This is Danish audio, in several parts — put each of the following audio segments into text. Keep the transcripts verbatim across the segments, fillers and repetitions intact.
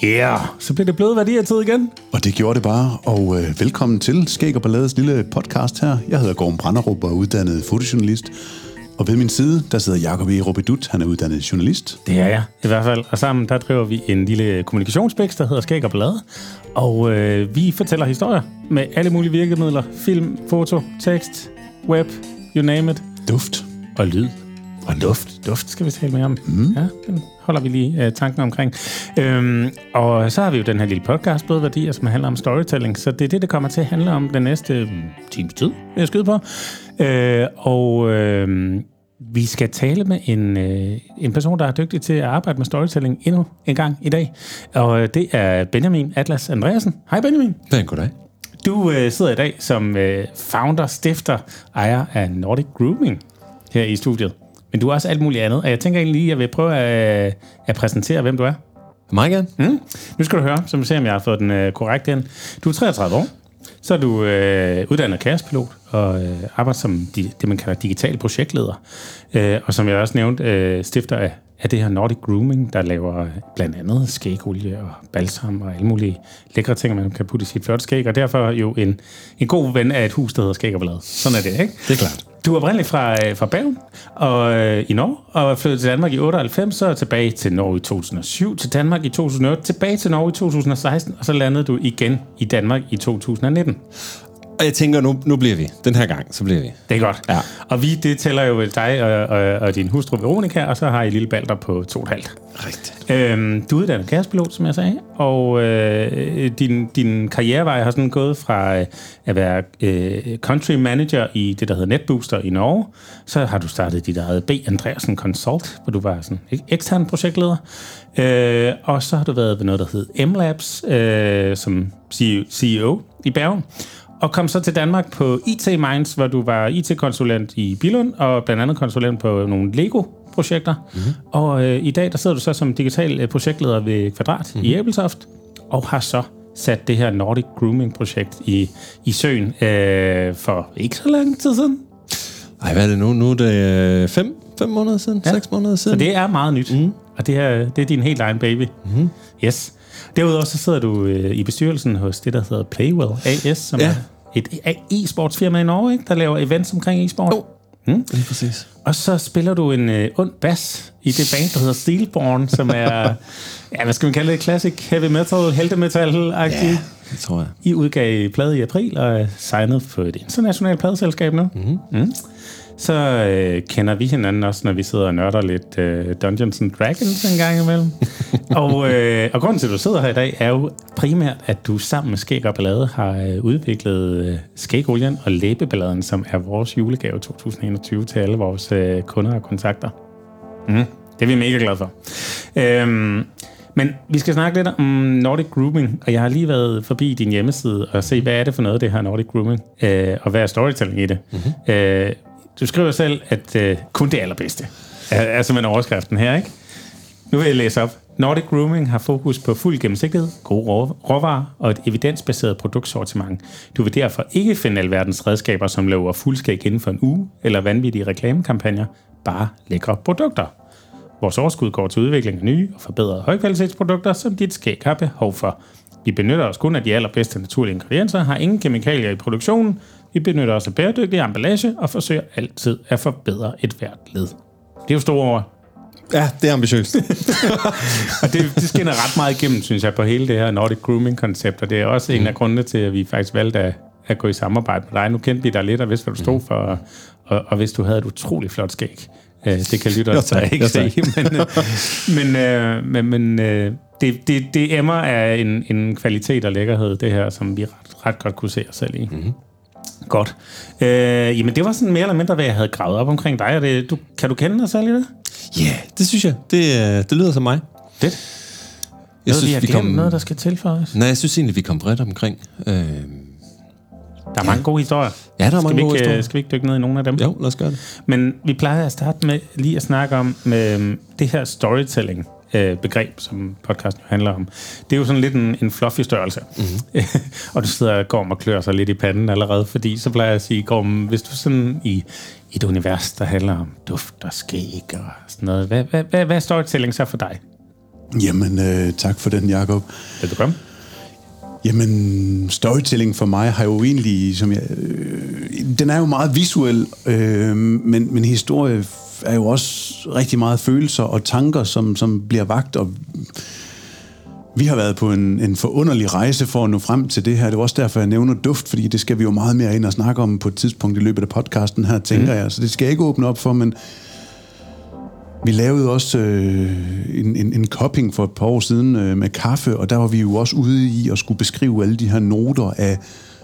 Ja, yeah. Så bliver det blevet værditid igen. Og det gjorde det bare, og øh, velkommen til Skæg og Ballades lille podcast her. Jeg hedder Gorm Branderup og er uddannet fotojournalist. Og ved min side, der sidder Jacob E. Robidut, han er uddannet journalist. Det er jeg, i hvert fald. Og sammen, der driver vi en lille kommunikationsbæks, der hedder Skæg og Ballade. Og øh, vi fortæller historier med alle mulige virkemidler. Film, foto, tekst, web, you name it. Duft. Og lyd. Og duft. Duft skal vi tale mere om. Mm. Ja, den holder vi lige uh, tanken omkring. Øhm, og så har vi jo den her lille podcast, Bløde Værdier, som handler om storytelling. Så det er det, det kommer til at handle om den næste um, times tid, vil jeg skyde på. Øh, og øh, vi skal tale med en, øh, en person, der er dygtig til at arbejde med storytelling endnu en gang i dag. Og det er Benjamin Atlas Andreasen. Hej Benjamin. Pæn goddag. Du øh, sidder i dag som øh, founder, stifter, ejer af Nordic Grooming her i studiet. Men du er også alt muligt andet, og jeg tænker egentlig lige, at jeg vil prøve at, at præsentere, hvem du er. Meget gerne. Mm. Nu skal du høre, så vi ser, om jeg har fået den øh, korrekt ind. Du er treogtredive år, så er du øh, uddannet kaospilot og øh, arbejder som de, det, man kalder digital projektleder. Øh, og som jeg også nævnte, øh, stifter af, af det her Nordic Grooming, der laver blandt andet skægolie og balsam og alle mulige lækre ting, man kan putte i sit flotte skæg. Og derfor jo en, en god ven af et hus, der hedder Skæg og Ballade. Sådan er det, ikke? Det er klart. Du er oprindeligt fra, fra Bergen og, øh, i Norge, og flyttede til Danmark i otteoghalvfems, så tilbage til Norge i to tusind og syv, til Danmark i to tusind og otte, tilbage til Norge i to tusind og seksten, og så landede du igen i Danmark i to tusind og nitten. Og jeg tænker, nu, nu bliver vi. Den her gang, så bliver vi. Det er godt. Ja. Og vi, det tæller jo dig og, og, og din hustru Veronica, og så har I lille Balder på to og et halvt. Rigtigt. Øhm, du er uddannet kaospilot, som jeg sagde, og øh, din, din karrierevej har sådan gået fra øh, at være øh, country manager i det, der hedder NetBooster i Norge. Så har du startet dit eget B. Andreasen Consult, hvor du var sådan ekstern projektleder. Øh, og så har du været ved noget, der hedder M-Labs, øh, som C E O i Bergen. Og kom så til Danmark på I T Minds, hvor du var I T-konsulent i Billund, og blandt andet konsulent på nogle Lego-projekter. Mm-hmm. Og øh, i dag, der sidder du så som digital øh, projektleder ved Kvadrat mm-hmm. i Æbelsoft, og har så sat det her Nordic Grooming-projekt i, i søen øh, for ikke så lang tid siden. Ej, hvad er det nu? Nu er det fem, fem måneder siden? Ja. Seks måneder siden? Så det er meget nyt, mm. og det, her, det er din helt egen baby. Mm-hmm. Yes. Derudover så sidder du øh, i bestyrelsen hos det, der hedder Playwell A S, som ja. er et e-sportsfirma i Norge, ikke? Der laver events omkring e-sport. Oh. Mm. Lige præcis. Og så spiller du en øh, ond bass i det band, der hedder Steelborn, som er, ja, hvad skal man kalde det, classic heavy metal, heltemetal-agtigt. Ja, det tror jeg. I udgav plade i april og er signet på et internationalt pladeselskab nu. Mm-hmm. Mm. Så øh, kender vi hinanden også, når vi sidder og nørder lidt øh, Dungeons and Dragons en gang imellem. og, øh, og grunden til, at du sidder her i dag, er jo primært, at du sammen med Skæg og Ballade har øh, udviklet øh, skægolien og læbeballaden, som er vores julegave to tusind og enogtyve til alle vores øh, kunder og kontakter. Mm. Det er vi mega glade for. Øhm, men vi skal snakke lidt om Nordic Grooming, og jeg har lige været forbi din hjemmeside og se, hvad er det for noget, det her Nordic Grooming, øh, og hvad er storytelling i det. Mm-hmm. Øh, Du skriver selv, at øh, kun det allerbedste er, er simpelthen overskriften her, ikke? Nu vil jeg læse op. Nordic Grooming har fokus på fuld gennemsigtighed, gode råvarer og et evidensbaseret produktsortiment. Du vil derfor ikke finde alverdens redskaber, som lover fuldskæg inden for en uge, eller vanvittige reklamekampagner, bare lækre produkter. Vores overskud går til udvikling af nye og forbedrede højkvalitetsprodukter, som dit skæg har behov for. Vi benytter os kun af de allerbedste naturlige ingredienser, har ingen kemikalier i produktionen. Vi benytter os af bæredygtig emballage og forsøger altid at forbedre et hvert led. Det er jo store ord. Ja, det er ambitiøst. Og det, det skinner ret meget igennem, synes jeg, på hele det her Nordic Grooming-koncept. Og det er også mm. en af grundene til, at vi faktisk valgte at, at gå i samarbejde med dig. Nu kendte vi dig lidt og vidste, hvad du stod for, og, og, og hvis du havde et utroligt flot skæg. Det kan lytterne så ikke se. Men, men, men, men det, det, det emmer af en, en kvalitet og lækkerhed, det her, som vi ret, ret godt kunne se os selv i. Mm-hmm. Godt. Øh, jamen, det var sådan mere eller mindre, hvad jeg havde gravet op omkring dig. Og det, du, kan du kende dig selv i det? Ja, yeah, det synes jeg. Det, det lyder som mig. Det? Jeg noget, synes, vi har vi kom... noget, der skal tilføjes? Nej, jeg synes egentlig, vi kom bredt omkring. Øh... Der er ja. mange gode historier. Ja, der er mange ikke, gode historier. Skal vi ikke dykke ned i nogle af dem? Jo, lad os gøre det. Men vi plejer at starte med lige at snakke om med det her storytelling øh, begreb, som podcasten jo handler om. Det er jo sådan lidt en, en fluffy størrelse. Mm-hmm. Og du sidder og går og klør sig lidt i panden allerede, fordi så plejer jeg at sige, Gorm, hvis du sådan i et univers, der handler om duft og skæg og sådan noget, hvad, hvad, hvad, hvad er storytelling så for dig? Jamen, øh, tak for den, Jacob. Velkommen. Jamen, storytelling for mig har jo egentlig, som jeg, øh, den er jo meget visuel, øh, men, men historie er jo også rigtig meget følelser og tanker, som, som bliver vakt, og vi har været på en, en forunderlig rejse for at nå frem til det her. Det er også derfor, jeg nævner duft, fordi det skal vi jo meget mere ind og snakke om på et tidspunkt i løbet af podcasten her, tænker mm. jeg. Så det skal jeg ikke åbne op for, men vi lavede også øh, en, en, en cupping for et par år siden øh, med kaffe, og der var vi jo også ude i at skulle beskrive alle de her noter af,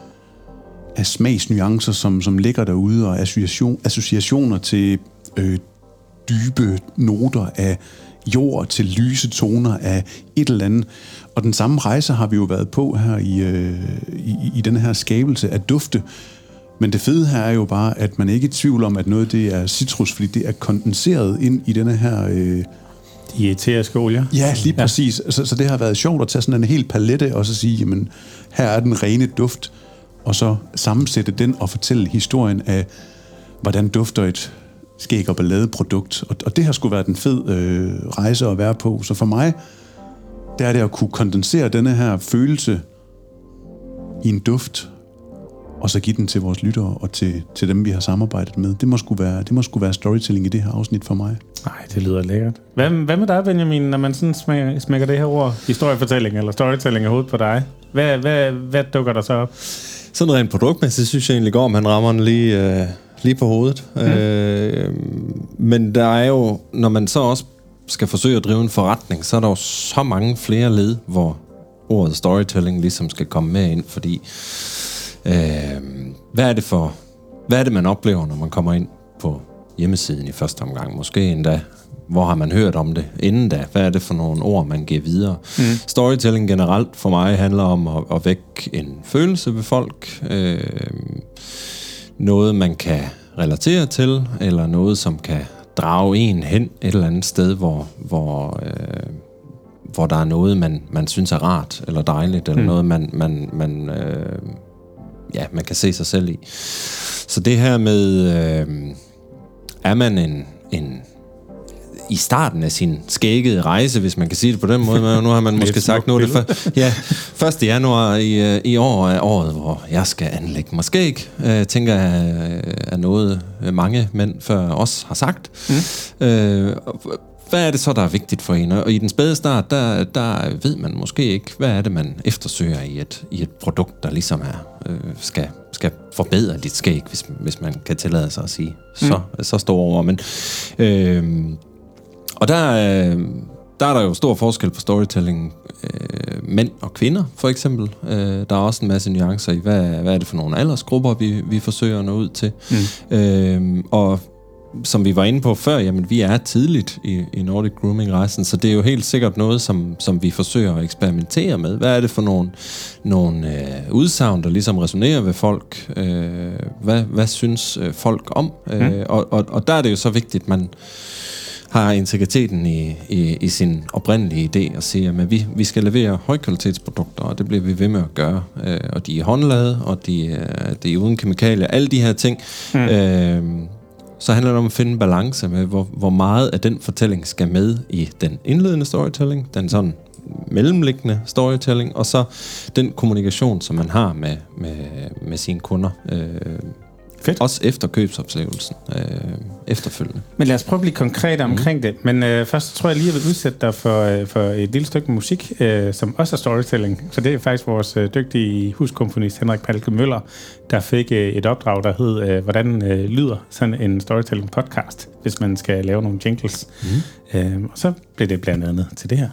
af smagsnuancer, som, som ligger derude, og association, associationer til øh, dybe noter af jord til lyse toner af et eller andet. Og den samme rejse har vi jo været på her i, øh, i, i den her skabelse af dufte. Men det fede her er jo bare, at man ikke er i tvivl om, at noget det er citrus, fordi det er kondenseret ind i denne her... Øh, de eteriske olier. Ja, lige præcis. Ja. Så, så det har været sjovt at tage sådan en hel palette og så sige, jamen, her er den rene duft, og så sammensætte den og fortælle historien af, hvordan dufter et skæg- og balladeprodukt. Og, og det har sgu været en fed øh, rejse at være på. Så for mig, der er det at kunne kondensere denne her følelse i en duft, og så give den til vores lyttere og til, til dem, vi har samarbejdet med. Det må sgu være, det må sgu være storytelling i det her afsnit for mig. Nej, det lyder lækkert. Hvad, hvad med dig, Benjamin, når man sådan smækker, smækker det her ord, historiefortælling eller storytelling i hovedet på dig? Hvad, hvad, hvad dukker der så op? Sådan rent produktmæssigt, synes jeg egentlig går, om han rammer den lige, øh, lige på hovedet. Mm. Øh, men der er jo, når man så også skal forsøge at drive en forretning, så er der jo så mange flere led, hvor ordet storytelling ligesom skal komme med ind, fordi øh, hvad er det for, hvad er det, man oplever, når man kommer ind på hjemmesiden i første omgang? Måske endda, hvor har man hørt om det inden da? Hvad er det for nogle ord, man giver videre? Mm. Storytelling generelt for mig handler om at, at vække en følelse ved folk. Øh, noget, man kan relatere til, eller noget, som kan drage en hen et eller andet sted, hvor, hvor, øh, hvor der er noget, man, man synes er rart, eller dejligt, eller mm. noget, man, man, man, øh, ja, man kan se sig selv i. Så det her med, øh, er man en, en i starten af sin skæggede rejse, hvis man kan sige det på den måde. Men nu har man måske sagt noget. Det for, ja, første januar i, i år er året, hvor jeg skal anlægge mig skæg. Jeg tænker, er noget mange mænd før os har sagt. Mm. Øh, hvad er det så, der er vigtigt for en? Og i den spæde start, der, der ved man måske ikke, hvad er det, man eftersøger i et, i et produkt, der ligesom er, øh, skal, skal forbedre dit skæg, hvis, hvis man kan tillade sig at sige så, mm. så store ord. Men øh, Og der, der er der jo stor forskel på storytelling, øh, mænd og kvinder, for eksempel. Øh, der er også en masse nuancer i, hvad, hvad er det for nogle aldersgrupper, vi, vi forsøger at nå ud til. Mm. Øh, og som vi var inde på før, jamen vi er tidligt i, i Nordic Grooming-rejsen, så det er jo helt sikkert noget, som, som vi forsøger at eksperimentere med. Hvad er det for nogle, nogle øh, udsagn, der ligesom resonerer ved folk? Øh, hvad, hvad synes øh, folk om? Mm. Øh, og, og, og der er det jo så vigtigt, at man har integriteten i, i, i sin oprindelige idé og siger, at vi, vi skal levere højkvalitetsprodukter, og det bliver vi ved med at gøre. Øh, og de er håndlavet, og de, de er uden kemikalier. Alle de her ting. Mm. Øh, så handler det om at finde en balance med, hvor, hvor meget af den fortælling skal med i den indledende storytelling, den sådan mellemliggende storytelling, og så den kommunikation, som man har med, med, med sine kunder. Øh, Fedt. Også efter købsoplevelsen øh, efterfølgende. Men lad os prøve at blive konkret omkring mm. det. Men øh, først tror jeg lige, at jeg vil udsætte dig for, øh, for et lille stykke musik, øh, som også er storytelling. For det er faktisk vores øh, dygtige huskomponist Henrik Palke Møller, der fik øh, et opdrag, der hed, øh, hvordan øh, lyder sådan en storytelling podcast, hvis man skal lave nogle jingles. Mm. Øh, og så blev det blandt andet til det her.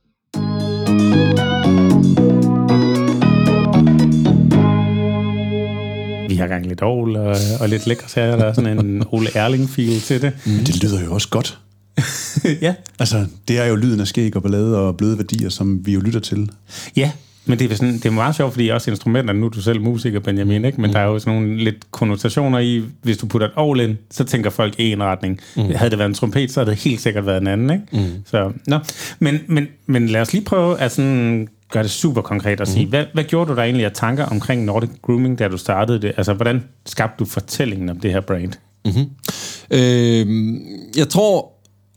Vi har gang lidt Aal og, og lidt lækre sager. Der er sådan en Ole Erling-feel til det. Mm. Det lyder jo også godt. Ja. Altså, det er jo lyden af skæg og ballade og bløde værdier, som vi jo lytter til. Ja, men det er, sådan, det er meget sjovt, fordi også instrumenter, nu er du selv musiker, Benjamin, ikke? Men mm. der er jo sådan nogle lidt konnotationer i, hvis du putter et Aal ind, så tænker folk i en retning. Mm. Havde det været en trompet, så havde det helt sikkert været en anden, ikke? Mm. Så, nå. Men, men, men lad os lige prøve at sådan gøre det super konkret og sige, mm. hvad, hvad gjorde du der egentlig af tanker omkring Nordic Grooming, da du startede det? Altså, hvordan skabte du fortællingen om det her brand? Mm-hmm. Øh, jeg tror,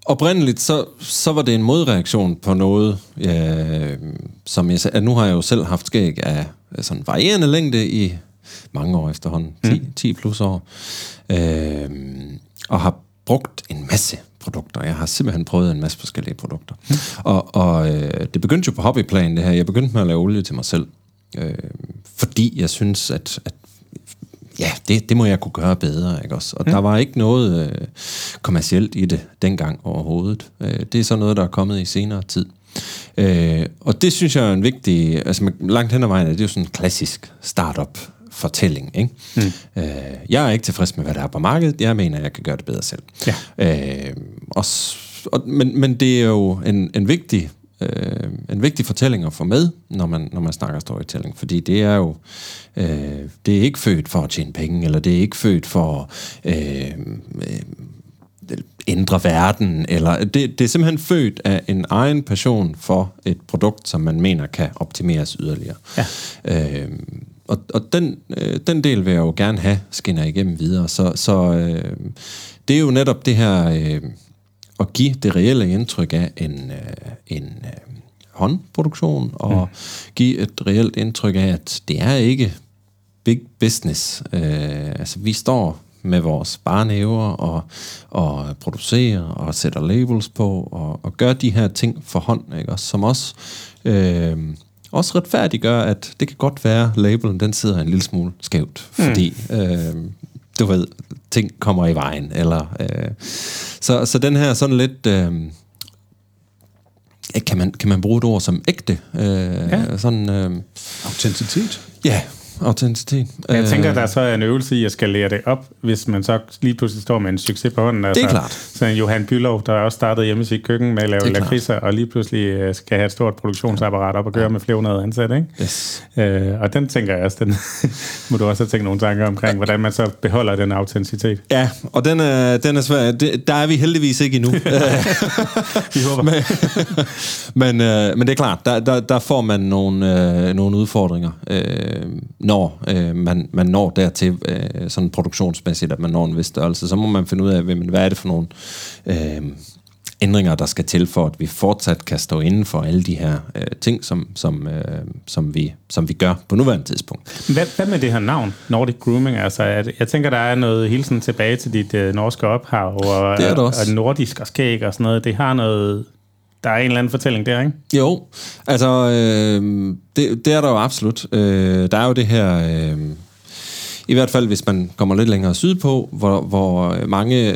oprindeligt, så, så var det en modreaktion på noget, ja, som jeg sagde, nu har jeg jo selv haft skæg af sådan varierende længde i mange år efterhånden, ti, mm. ti plus år, øh, og har brugt en masse produkter. Jeg har simpelthen prøvet en masse forskellige produkter. Mm. Og, og øh, det begyndte jo på hobbyplan, det her. Jeg begyndte med at lave olie til mig selv, øh, fordi jeg synes, at, at ja, det, det må jeg kunne gøre bedre, ikke også? Og mm. der var ikke noget øh, kommercielt i det dengang overhovedet. Øh, det er så noget, der er kommet i senere tid. Øh, og det synes jeg er en vigtig, altså langt hen ad vejen, det er jo sådan en klassisk startup fortælling, ikke? Mm. Øh, jeg er ikke tilfreds med, hvad der er på markedet. Jeg mener, jeg kan gøre det bedre selv. Ja. Øh, og, og, men, men det er jo en, en vigtig øh, en vigtig fortælling at få med, når man, når man snakker storytelling, fordi det er jo øh, det er ikke født for at tjene penge, eller det er ikke født for øh, øh, ændre verden, eller det, det er simpelthen født af en egen passion for et produkt, som man mener kan optimeres yderligere. Ja. Øh, Og, og den, øh, den del vil jeg jo gerne have, skinner igennem videre. Så, så øh, det er jo netop det her øh, at give det reelle indtryk af en, øh, en øh, håndproduktion, og mm. give et reelt indtryk af, at det er ikke big business. Øh, altså vi står med vores barnæver og, og producerer og sætter labels på og, og gør de her ting for hånd, ikke? Og som også... Øh, også retfærdiggør, at det kan godt være, labelen den sidder en lille smule skævt, fordi mm. øh, du ved, ting kommer i vejen, eller øh, så, så den her sådan lidt øh, kan man kan man bruge et ord som ægte, øh, ja. sådan øh, autenticitet. Ja. Autenticitet. Jeg tænker, der er så en øvelse i at skalere det op, hvis man så lige pludselig står med en succes på hånden. Altså, det er klart. Så Johan Bülow, der også startede hjemme i sit køkken med at lave lakridser, og lige pludselig skal have et stort produktionsapparat op og køre ja. med flere hundrede ansatte, ikke? Yes. Øh, og den tænker jeg også, den må du også have tænkt nogle tanker omkring, hvordan man så beholder den autenticitet. Ja, og den er, den er svær. Det, der er vi heldigvis ikke endnu. Vi håber. Men, men, øh, men det er klart, der, der, der får man nogle, øh, nogle udfordringer, øh, når øh, man, man når dertil øh, sådan produktionsmæssigt, at man når en vis størrelse, så må man finde ud af, hvad, hvad er det for nogle øh, ændringer, der skal til for, at vi fortsat kan stå inden for alle de her øh, ting, som, som, øh, som, vi, som vi gør på nuværende tidspunkt. Hvad, hvad med det her navn, Nordic Grooming? Altså, at, jeg tænker, der er noget hilsen tilbage til dit øh, norske ophav, og, det er det også. og nordisk og skæg og sådan noget. Det har noget... Der er en eller anden fortælling der, ikke? Jo, altså, øh, det, det er der jo absolut. Øh, der er jo det her, øh, i hvert fald hvis man kommer lidt længere sydpå, hvor, hvor mange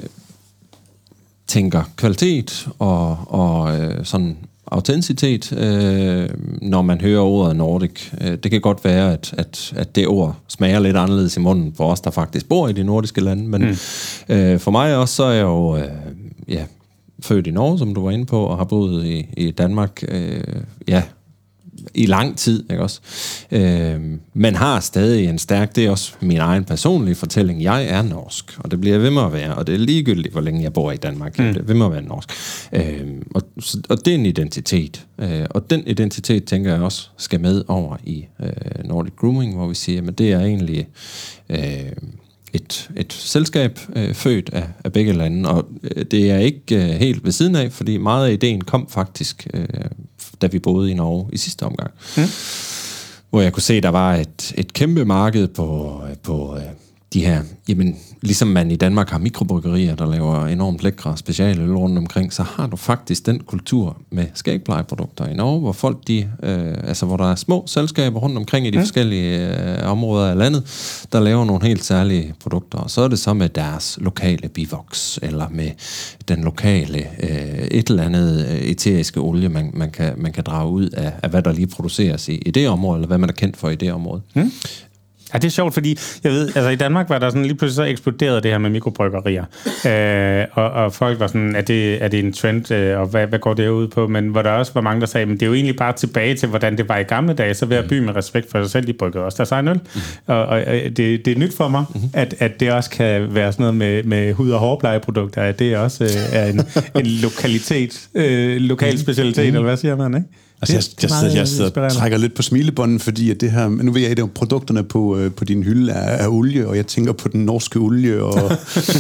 tænker kvalitet og, og øh, sådan autenticitet, øh, når man hører ordet Nordic. Øh, det kan godt være, at, at, at det ord smager lidt anderledes i munden for os, der faktisk bor i de nordiske lande, men mm. øh, for mig også, så er jeg jo, øh, ja, født i Norge, som du var inde på, og har boet i, i Danmark, øh, ja, i lang tid, ikke også? Øh, men har stadig en stærk, det er også min egen personlige fortælling, jeg er norsk, og det bliver ved med at være, og det er ligegyldigt, hvor længe jeg bor i Danmark, mm. det er ved med at være norsk. Øh, og, og det er en identitet, øh, og den identitet, tænker jeg også, skal med over i øh, Nordic Grooming, hvor vi siger, men det er egentlig... Øh, Et, et selskab øh, født af, af begge lande, og øh, det er ikke øh, helt ved siden af, fordi meget af ideen kom faktisk, øh, da vi boede i Norge i sidste omgang. Mm. Hvor jeg kunne se, der var et, et kæmpe marked på, på øh, de her, jamen ligesom man i Danmark har mikrobryggerier, der laver enormt lækre specialøl rundt omkring, så har du faktisk den kultur med skægplejeprodukter i Norge, hvor folk de, øh, altså hvor der er små selskaber rundt omkring i de mm. forskellige øh, områder af landet, der laver nogle helt særlige produkter, og så er det så med deres lokale bivoks, eller med den lokale øh, et eller andet øh, eteriske olie, man, man, kan, man kan drage ud af, af, hvad der lige produceres i, i det område, eller hvad man er kendt for i det område. Mm. Ja, det er sjovt, fordi jeg ved, altså i Danmark var der sådan lige pludselig så eksploderet det her med mikrobryggerier, øh, og, og folk var sådan, er det, er det en trend, øh, og hvad, hvad går det ud på? Men hvor der også var mange, der sagde, men det er jo egentlig bare tilbage til, hvordan det var i gamle dage, så ved at by med respekt for sig selv, de bryggede også deres egen øl. Mm. Og, og det, det er nyt for mig, mm. at, at det også kan være sådan noget med, med hud- og hårplejeprodukter, at det også øh, er en, en lokalitet, øh, lokal specialitet, mm. eller hvad siger man, ikke? Altså, jeg, jeg, jeg, jeg sidder og trækker lidt på smilebånden, fordi at det her, nu ved jeg, at produkterne på, øh, på din hylde er, er olie, og jeg tænker på den norske olie, og der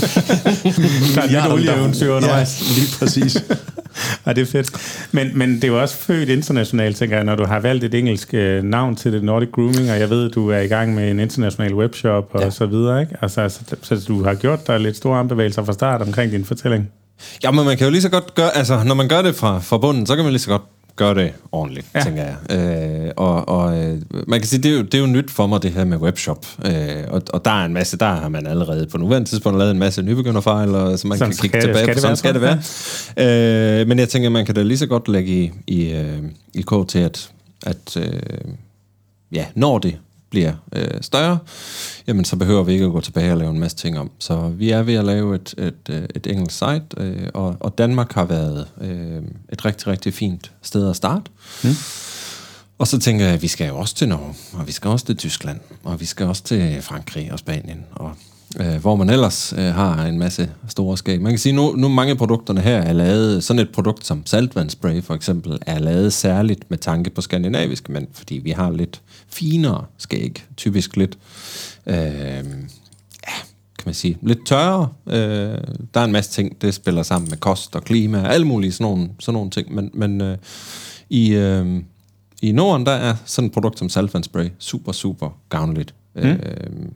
er lidt olieeventyr undervejs. Ja, lige præcis. Ja, det er fedt. Men, men det er jo også født internationalt, tænker jeg, når du har valgt et engelsk øh, navn til det, Nordic Grooming, og jeg ved, at du er i gang med en international webshop og ja. så videre, ikke? Altså, altså, så du har gjort dig lidt store armbevægelser fra start omkring din fortælling. Ja, men man kan jo lige så godt gøre, altså når man gør det fra, fra bunden, så kan man lige så godt gøre det ordentligt, ja. tænker jeg. Øh, og og øh, man kan sige, det er, jo, det er jo nyt for mig, det her med webshop. Øh, og, og der er en masse, der har man allerede på nuværende tidspunkt lavet en masse nybegynderfejl, og, så man sådan kan kigge tilbage skal på, sådan skal det være. Ja. Øh, men jeg tænker, man kan da lige så godt lægge i, i, øh, i kog til, at, at øh, ja, når det bliver øh, større, jamen så behøver vi ikke at gå tilbage og lave en masse ting om. Så vi er ved at lave et, et, et engelsk site, øh, og, og Danmark har været øh, et rigtig, rigtig fint sted at starte. Mm. Og så tænker jeg, at vi skal jo også til Norge, og vi skal også til Tyskland, og vi skal også til Frankrig og Spanien, og øh, hvor man ellers øh, har en masse store skab. Man kan sige, nu, nu mange af produkterne her er lavet, sådan et produkt som saltvandsspray for eksempel, er lavet særligt med tanke på skandinaviske mænd, fordi vi har lidt finere skæg, typisk lidt, øh, ja, kan man sige, lidt tørre. Øh, der er en masse ting, det spiller sammen med kost og klima, og alle mulige sådan nogle, sådan nogle ting, men, men øh, i, øh, i Norden, der er sådan et produkt som saltvandsspray super, super gavnligt. Mm. Øh,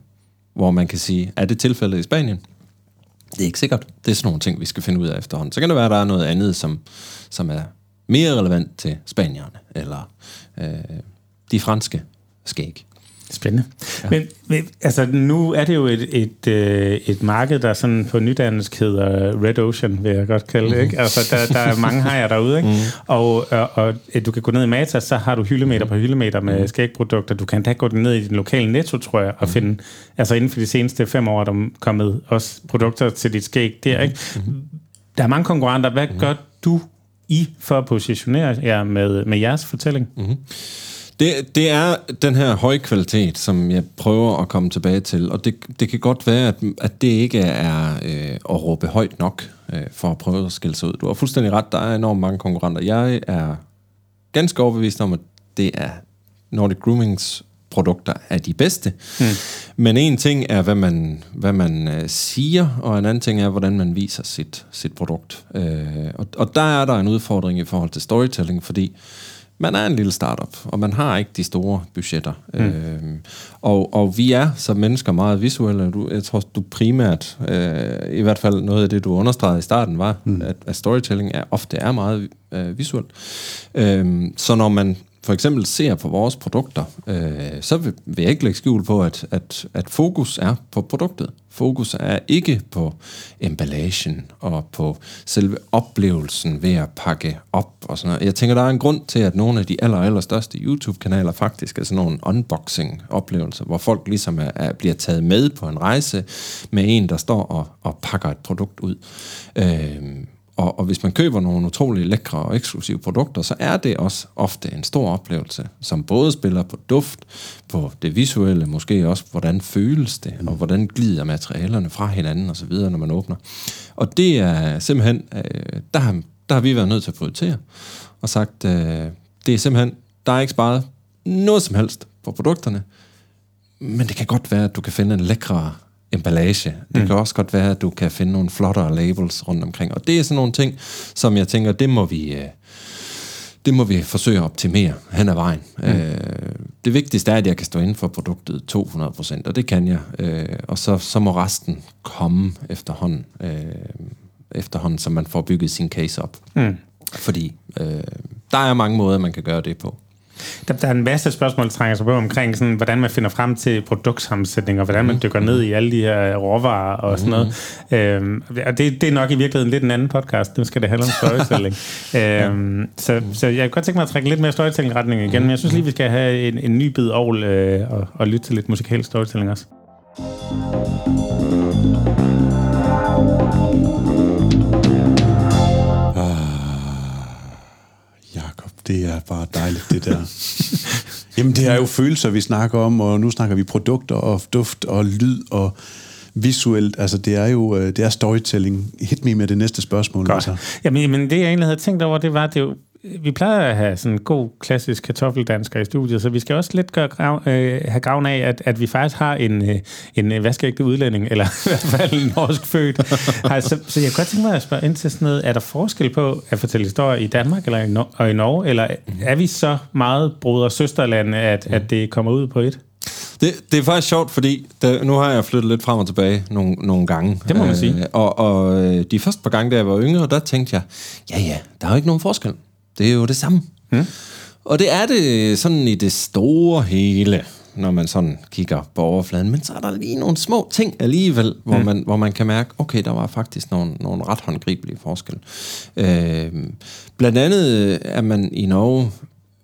hvor man kan sige, er det tilfældet i Spanien? Det er ikke sikkert. Det er sådan nogle ting, vi skal finde ud af efterhånden. Så kan det være, at der er noget andet, som, som er mere relevant til spanierne, eller øh, de franske skæg. Spændende. Ja. Men, men altså, nu er det jo et, et, et, et marked, der sådan på nydansk hedder Red Ocean, vil jeg godt kalde det, mm-hmm. ikke? Altså, der, der er mange hajer derude, ikke? Mm-hmm. Og, og, og du kan gå ned i Matas, så har du hyldemeter på hyldemeter med mm-hmm. skægprodukter. Du kan da gå ned i den lokale Netto, tror jeg, og mm-hmm. finde, altså inden for de seneste fem år, der er kommet også produkter til dit skæg der, ikke? Mm-hmm. Der er mange konkurrenter. Hvad mm-hmm. gør du i for at positionere jer med, med jeres fortælling? Mm-hmm. Det, det er den her høje kvalitet, som jeg prøver at komme tilbage til, og det, det kan godt være, at, at det ikke er øh, at råbe højt nok øh, for at prøve at skille sig ud. Du har fuldstændig ret, der er enormt mange konkurrenter. Jeg er ganske overbevist om, at det er Nordic Groomings produkter er de bedste. Hmm. Men en ting er, hvad man, hvad man øh, siger, og en anden ting er, hvordan man viser sit, sit produkt. Øh, og, og der er der en udfordring i forhold til storytelling, fordi man er en lille startup, og man har ikke de store budgetter. Mm. Øhm, og, og vi er som mennesker meget visuelle. Du, jeg tror, du primært, øh, i hvert fald noget af det, du understregede i starten, var, mm. at, at storytelling er, ofte er meget øh, visuelt. Øhm, så når man for eksempel ser på vores produkter, øh, så vil, vil jeg ikke lægge skjul på, at, at, at fokus er på produktet. Fokus er ikke på emballagen og på selve oplevelsen ved at pakke op og sådan noget. Jeg tænker, der er en grund til, at nogle af de aller, aller største YouTube-kanaler faktisk er sådan nogle unboxing-oplevelser, hvor folk ligesom er, er, bliver taget med på en rejse med en, der står og, og pakker et produkt ud. Øh, Og, og hvis man køber nogle utrolig lækre og eksklusive produkter, så er det også ofte en stor oplevelse, som både spiller på duft, på det visuelle, måske også, hvordan føles det, og hvordan glider materialerne fra hinanden og så videre, når man åbner. Og det er simpelthen, øh, der, har, der har vi været nødt til at prioritere, og sagt, øh, det er simpelthen, der er ikke sparet noget som helst på produkterne, men det kan godt være, at du kan finde en lækre emballage. Det mm. kan også godt være, at du kan finde nogle flottere labels rundt omkring. Og det er sådan nogle ting, som jeg tænker, det må vi, det må vi forsøge at optimere hen ad vejen. Mm. Øh, det vigtigste er, at jeg kan stå inden for produktet to hundrede procent, og det kan jeg. Øh, og så, så må resten komme efterhånden, øh, efterhånden, så man får bygget sin case op. Mm. Fordi øh, der er mange måder, man kan gøre det på. Der, der er en masse spørgsmål, der trænger sig på omkring, sådan, hvordan man finder frem til produktsammensætning, og hvordan man dykker ned i alle de her råvarer og sådan noget. Mm. Øhm, og det, det er nok i virkeligheden lidt en anden podcast. Nu skal det handle om storytelling. øhm, så, så jeg kan godt tænke mig at trække lidt mere storytelling-retning igen, men jeg synes lige, vi skal have en, en ny bid ovl øh, og, og lytte til lidt musikal storytelling også. Det er bare dejligt, det der. Jamen, det er jo følelser, vi snakker om, og nu snakker vi produkter og duft og lyd og visuelt. Altså, det er jo det er storytelling. Hit me med det næste spørgsmål. Altså. Jamen, men det, jeg egentlig havde tænkt over, det var, det jo, vi plejer at have sådan en god, klassisk kartoffeldansker i studiet, så vi skal også lidt gøre grav, øh, have gavn af, at, at vi faktisk har en, øh, en vaskeægte udlænding, eller i hvert fald en norsk født. Så, så jeg kunne godt tænke mig at spørge ind til sådan noget, er der forskel på at fortælle historier i Danmark eller i, Nor- og i Norge, eller er vi så meget broder- og søsterlande, at, at det kommer ud på et? Det, det er faktisk sjovt, fordi der, nu har jeg flyttet lidt frem og tilbage nogle, nogle gange. Det må man sige. Øh, og, og de første par gange, da jeg var yngre, der tænkte jeg, ja ja, der er jo ikke nogen forskel. Det er jo det samme. Hmm. Og det er det sådan i det store hele, når man sådan kigger på overfladen. Men så er der lige nogle små ting alligevel, hvor, hmm. man, hvor man kan mærke, okay, der var faktisk nogle, nogle ret håndgribelige forskelle. Øh, blandt andet er man i Norge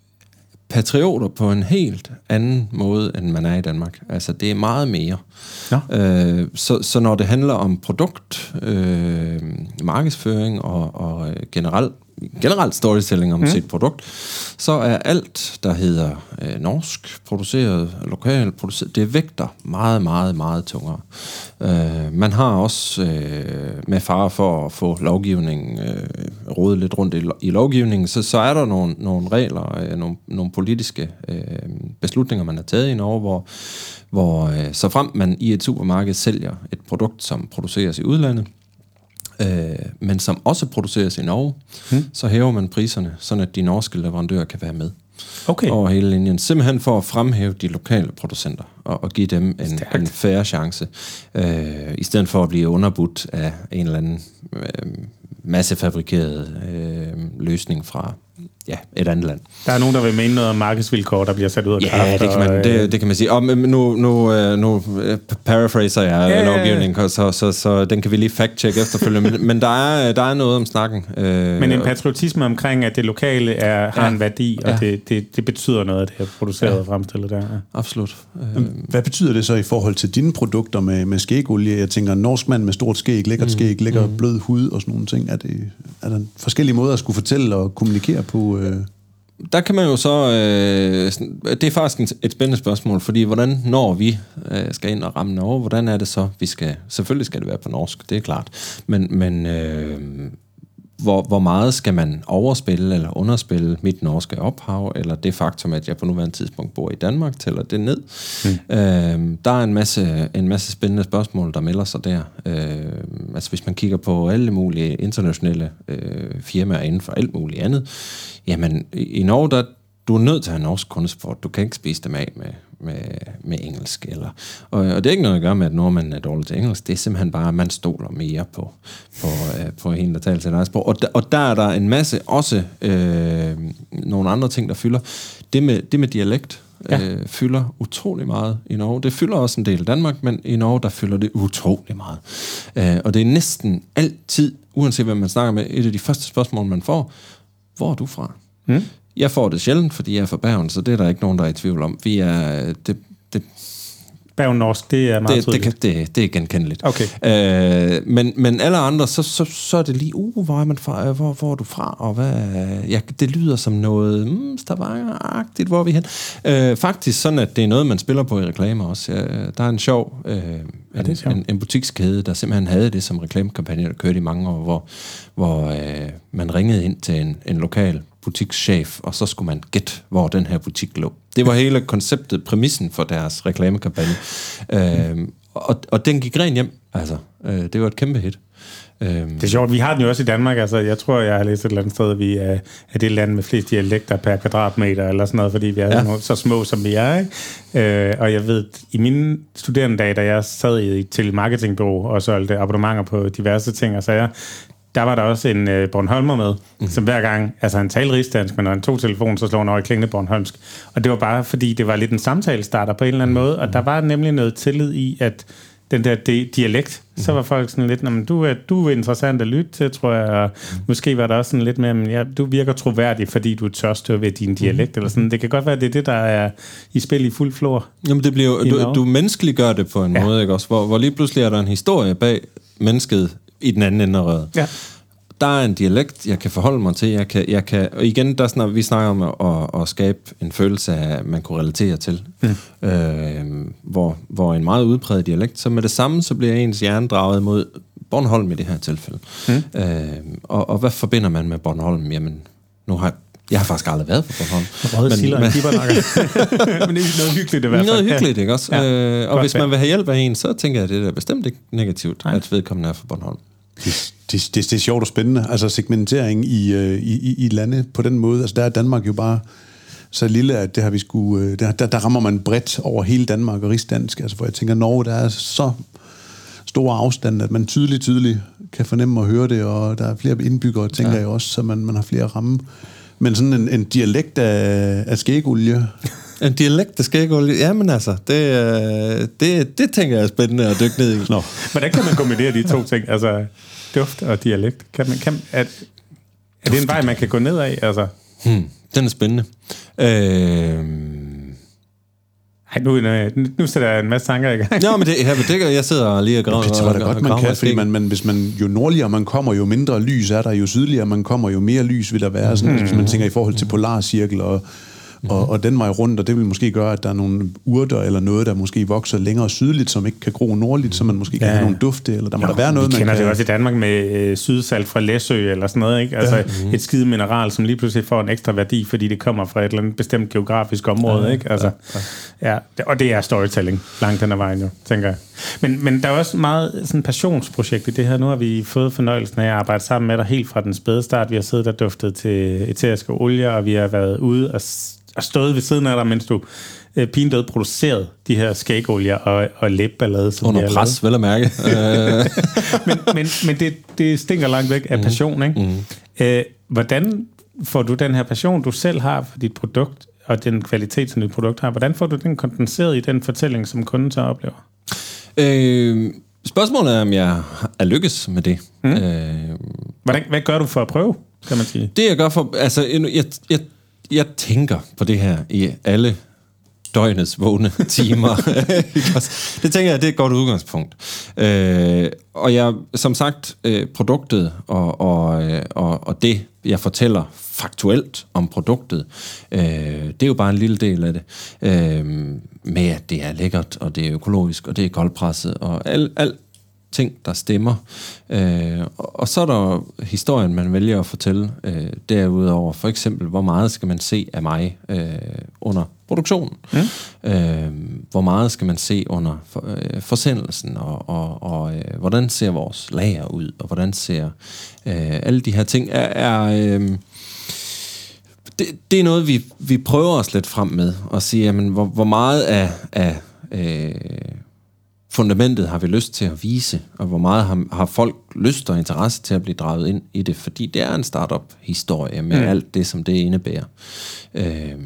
patrioter på en helt anden måde, end man er i Danmark. Altså, det er meget mere. Ja. Øh, så, så når det handler om produkt, øh, markedsføring og, og generelt generelt storytelling om mm. sit produkt, så er alt, der hedder øh, norsk produceret, lokalt produceret, det vægter meget, meget, meget tungere. Øh, man har også øh, med fare for at få lovgivningen øh, rodet lidt rundt i, i lovgivningen, så, så er der nogle, nogle regler, øh, nogle, nogle politiske øh, beslutninger, man har taget i Norge, hvor, hvor øh, så frem man i et supermarked sælger et produkt, som produceres i udlandet, Øh, men som også produceres i Norge, hmm. så hæver man priserne, sådan at de norske leverandører kan være med okay. over hele linjen. Simpelthen for at fremhæve de lokale producenter og, og give dem en, en fair chance, øh, i stedet for at blive underbudt af en eller anden øh, massefabrikeret øh, løsning fra ja, et andet land. Der er nogen, der vil mene noget om markedsvilkår, der bliver sat ud af ja, kraft. Ja, det kan man, det, det kan man sige. Og nu, nu, nu paraphraser jeg ja, lovgivningen, så, så, så den kan vi lige fact-check efterfølgende. men, men der, er, der er noget om snakken. Men en patriotisme omkring, at det lokale er, har ja, en værdi, og ja. det, det, det betyder noget, det er produceret ja. og fremstillet der. Ja. Absolut. Hvad betyder det så i forhold til dine produkter med, med skægolie? Jeg tænker, en norsk mand med stort skæg, lækkert skæg, lækker mm. blød hud og sådan nogle ting. Er, det, er der forskellige måder at skulle fortælle og kommunikere på? Der kan man jo så... Øh, det er faktisk et spændende spørgsmål, fordi hvordan når vi øh, skal ind og ramme Norge, hvordan er det så, vi skal... Selvfølgelig skal det være på norsk, det er klart. Men, men øh, hvor, hvor meget skal man overspille eller underspille mit norske ophav, eller det faktum, at jeg på nuværende tidspunkt bor i Danmark, tæller det ned? Mm. Øh, der er en masse, en masse spændende spørgsmål, der melder sig der. Øh, altså hvis man kigger på alle mulige internationale øh, firmaer inden for alt muligt andet, jamen, i Norge, der, du er nødt til at have norsk kundesport. Du kan ikke spise dem af med, med, med engelsk. Eller, og, og det er ikke noget at gøre med, at nordmænd er dårlige til engelsk. Det er simpelthen bare, at man stoler mere på, på, øh, på en, der taler til dig sprog. Og, der, og der er der en masse, også øh, nogle andre ting, der fylder. Det med, det med dialekt ja. øh, fylder utrolig meget i Norge. Det fylder også en del i Danmark, men i Norge, der fylder det utrolig meget. Øh, og det er næsten altid, uanset hvad man snakker med, et af de første spørgsmål, man får: hvor er du fra? Mm. Jeg får det sjældent, fordi jeg er fra Bergen, så det er der ikke nogen, der er i tvivl om. Vi er... Det, det, Bergen norsk, det er meget det, tydeligt. Det, det, det er genkendeligt. Okay. Øh, men, men alle andre, så, så, så er det lige, uh, hvor er man fra? Hvor, hvor er du fra? Og hvad, ja, det lyder som noget mm, Stavanger-agtigt, hvor er vi hen? Øh, faktisk sådan, at det er noget, man spiller på i reklamer også. Ja, der er en sjov, øh, ja, en, en, en butikskæde, der simpelthen havde det som reklamekampagne, der kørte i mange år, hvor, hvor øh, man ringede ind til en, en lokal butikschef, og så skulle man gætte, hvor den her butik lå. Det var hele konceptet, præmissen for deres reklamekampagne. Øh, og, og den gik ren hjem. Altså, øh, det var et kæmpe hit. Øh, det er sjovt, vi har den jo også i Danmark. Altså, jeg tror, jeg har læst et eller andet sted, at vi er, er det land med flest dialekter per kvadratmeter, eller sådan noget, fordi vi er ja. så små, som vi er. Ikke? Øh, og jeg ved, i mine studerende dage, da jeg sad i et telemarketingbureau og solgte abonnementer på diverse ting og sager, der var der også en øh, Bornholmer med, mm. som hver gang, altså han talte rigsdansk, men når han tog telefonen, så slog han over i klingende bornholmsk. Og det var bare, fordi det var lidt en samtalestarter på en eller anden mm. måde, og der var nemlig noget tillid i, at den der di- dialekt, mm. så var folk sådan lidt, men du er, du er interessant at lytte til, tror jeg, og mm. måske var der også sådan lidt mere, men ja, du virker troværdig, fordi du er tørstør ved din dialekt, mm. eller sådan. Det kan godt være, det er det, der er i spil i fuld flor. Jamen det bliver jo, du, du menneskeliggør det på en ja. måde, ikke også? Hvor, hvor lige pludselig er der en historie bag mennesket i den anden ende af røret. Ja. Der er en dialekt, jeg kan forholde mig til. Jeg kan, jeg kan, og igen, der snakker, vi snakker om at, at, at skabe en følelse af, at man kunne relatere til. Mm. Øh, hvor, hvor en meget udpræget dialekt, så med det samme, så bliver ens hjerne draget mod Bornholm i det her tilfælde. Mm. Øh, og, og hvad forbinder man med Bornholm? Jamen, nu har Jeg har faktisk aldrig været på Bornholm. Røde silder og kibbernakker. Men det er noget hyggeligt i hvert fald. Noget hyggeligt, ikke også? Ja. Øh, og hvis man vil have hjælp af en, så tænker jeg, at det er bestemt ikke negativt, Nej. at vedkommende er fra Bornholm. Det, det, det, det er sjovt og spændende. Altså segmentering i, i, i, i lande på den måde. Altså der er Danmark jo bare så lille, at det har vi sgu, der, der, der rammer man bredt over hele Danmark og rigsdansk. Altså for jeg tænker, Norge, der er så store afstand, at man tydeligt, tydeligt kan fornemme og høre det, og der er flere indbyggere, tænker ja. jeg også, så man, man har flere ramme. Men sådan en, en dialekt af, af skægolie. En dialekt af skægolie? Jamen altså, det, det, det tænker jeg er spændende at dykke ned i. Nå. Hvordan kan man kombinere de to ting? Altså, duft og dialekt. Kan man, kan, er, er det en vej, man kan gå ned af? Altså? Hmm, den er spændende. Øh... Ej, nu, nu sætter jeg en masse tanker i gang. Ja, men det, her, det, jeg sidder lige og graver. Det tror jeg da godt, man kan, fordi man, man, hvis man, jo nordligere man kommer, jo mindre lys er der, jo sydligere man kommer, jo mere lys vil der være. Sådan, mm. Hvis man tænker i forhold til polarcirkel og, mm. og, og den vej rundt, og det vil måske gøre, at der er nogle urter eller noget, der måske vokser længere sydligt, som ikke kan gro nordligt, så man måske kan ja. have nogle dufte, eller der må jo, der være noget, man kender kan... det også i Danmark med øh, sydsalt fra Læsø eller sådan noget, ikke? Altså ja. mm. et skide mineral, som lige pludselig får en ekstra værdi, fordi det kommer fra et eller andet bestemt geografisk område, ja. ikke? Altså, ja. ja. Og det er storytelling langt den ad vejen jo, tænker jeg. Men, men der er også meget sådan passionsprojekt i det her. Nu har vi fået fornøjelsen af at arbejde sammen med dig helt fra den spæde start. Vi har siddet og duftet til eteriske olier, og vi har været ude og og stået ved siden af dig, mens du øh, pindød produceret de her skægolier og, og læbballade. Under pres, vel at mærke. men men, men det, det stinker langt væk af passion, ikke? Mm. Øh, hvordan får du den her passion, du selv har for dit produkt, og den kvalitet, som dit produkt har, hvordan får du den kondenseret i den fortælling, som kunden så oplever? Øh, spørgsmålet er, om jeg er lykkes med det. Mm. Øh, hvordan, hvad gør du for at prøve, kan man sige? Det jeg gør for... Altså, jeg... jeg Jeg tænker på det her i alle døgnets vågne timer. Det tænker jeg, det er et godt udgangspunkt. Øh, og jeg, som sagt, øh, produktet og, og, og, og det, jeg fortæller faktuelt om produktet, øh, det er jo bare en lille del af det. Øh, med at det er lækkert, og det er økologisk, og det er koldpresset, og alt al ting, der stemmer. Øh, og så er der historien, man vælger at fortælle øh, derudover. For eksempel, hvor meget skal man se af mig øh, under produktionen? Mm. Øh, hvor meget skal man se under for, øh, forsendelsen? Og, og, og øh, hvordan ser vores lager ud? Og hvordan ser øh, alle de her ting? Er, er, øh, det, det er noget, vi, vi prøver os lidt frem med. At sige, jamen, hvor, hvor meget af... af øh, fundamentet har vi lyst til at vise, og hvor meget har, har folk lyst og interesse til at blive draget ind i det, fordi det er en startup-historie med mm. alt det, som det indebærer. Øhm,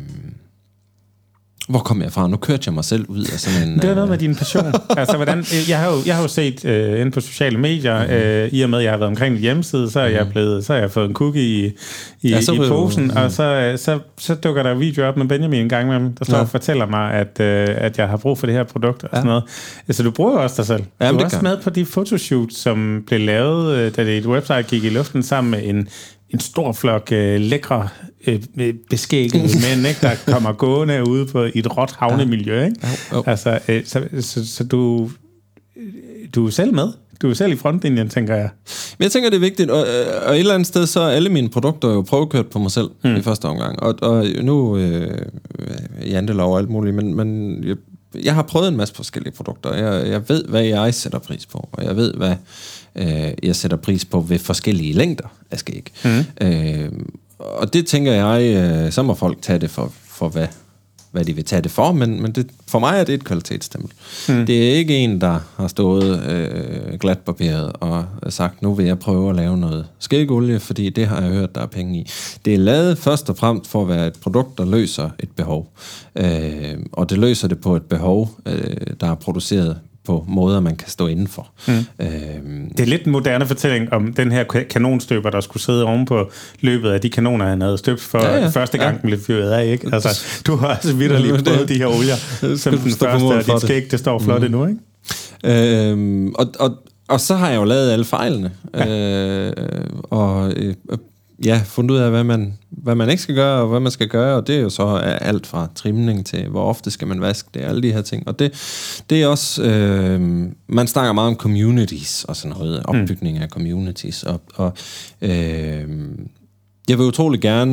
hvor kom jeg fra? Nu kørte jeg mig selv ud af sådan en... Det er noget med din passion. Altså, hvordan, jeg, har jo, jeg har jo set øh, inde på sociale medier, mm. øh, i og med, at jeg har været omkring en hjemmeside, så er jeg blevet, så har jeg fået en cookie i, i, ja, i posen, jo, mm. og så, så, så dukker der video op med Benjamin en gang med ham, der står ja. og fortæller mig, at, øh, at jeg har brug for det her produkt og ja. sådan noget. Så du bruger også dig selv. Ja, du er også kan. med på de fotoshoots, som blev lavet, da dit website gik i luften sammen med en en stor flok øh, lækre øh, beskæggede mænd, ikke, der kommer gående ude på i et råt havnemiljø, ikke? Ja. Oh. Altså, øh, så, så, så du, du er selv med. Du er selv i frontlinjen, tænker jeg. Men jeg tænker, det er vigtigt, og, og et eller andet sted, så er alle mine produkter jo prøvekørt på mig selv mm. i første omgang. Og, og nu, øh, jantelov og alt muligt, men, men jeg, jeg har prøvet en masse forskellige produkter. Jeg, jeg ved, hvad jeg sætter pris på, og jeg ved, hvad øh, jeg sætter pris på ved forskellige længder af skæg. Mm. Øh, og det tænker jeg, øh, så må folk tage det for, for hvad, hvad de vil tage det for, men, men det, for mig er det et kvalitetsstempel. Mm. Det er ikke en, der har stået øh, glatpaperet og sagt, nu vil jeg prøve at lave noget skægolie, fordi det har jeg hørt, der er penge i. Det er lavet først og fremmest for at være et produkt, der løser et behov. Øh, og det løser det på et behov, øh, der er produceret på måder, man kan stå indenfor. Mm. Øhm. Det er lidt en moderne fortælling om den her kanonstøber, der skulle sidde oven på løbet af de kanoner, han havde støbt for ja, ja. første gang, ja. den blev fyret af, ikke? Altså, du har altså vitterligt prøvet de her olier, som den første, og dit skæg, det står flot mm. endnu, ikke? Øhm, og, og, og så har jeg jo lavet alle fejlene. Ja. Øh, og øh, ja, fundet ud af, hvad man, hvad man ikke skal gøre, og hvad man skal gøre, og det er jo så alt fra trimning til, hvor ofte skal man vaske det, alle de her ting. Og det, det er også, øh, man snakker meget om communities og sådan noget, opbygning af communities, og, og øh, jeg vil utrolig gerne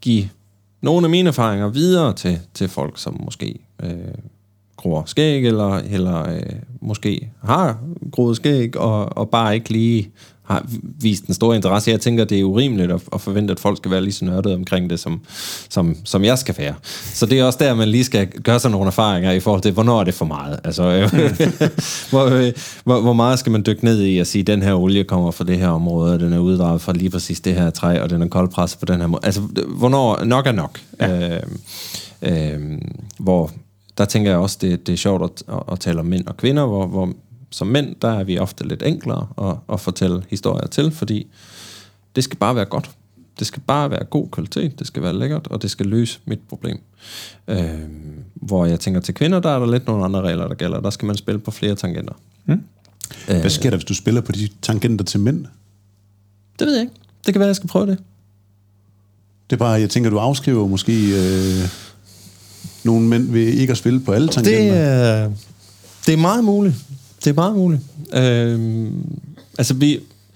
give nogle af mine erfaringer videre til, til folk, som måske øh, gror skæg, eller, eller øh, måske har groet skæg, og, og bare ikke lige har vist en stor interesse. Jeg tænker, det er urimeligt at, at forvente, at folk skal være lige så nørdede omkring det, som, som, som jeg skal være. Så det er også der, man lige skal gøre sig nogle erfaringer i forhold til, hvornår er det for meget? Altså, hvor, hvor, hvor meget skal man dykke ned i at sige, at den her olie kommer fra det her område, og den er uddraget fra lige præcis det her træ, og den er koldpresset på den her måde. Altså, hvornår nok er nok? Ja. Øh, øh, hvor der tænker jeg også, det, det er sjovt at, at, at tale om mænd og kvinder, hvor, hvor som mænd, der er vi ofte lidt enklere at, at fortælle historier til, fordi det skal bare være godt. Det skal bare være god kvalitet, det skal være lækkert, og det skal løse mit problem. Øh, hvor jeg tænker til kvinder, der er der lidt nogle andre regler, der gælder. Der skal man spille på flere tangenter. Mm. Hvad sker der, hvis du spiller på de tangenter til mænd? Det ved jeg ikke. Det kan være, jeg skal prøve det. Det er bare, jeg tænker, du afskriver måske øh, nogle mænd ved ikke at spille på alle tangenter. Det er, det er meget muligt. Det er meget muligt. Øh, altså, vi,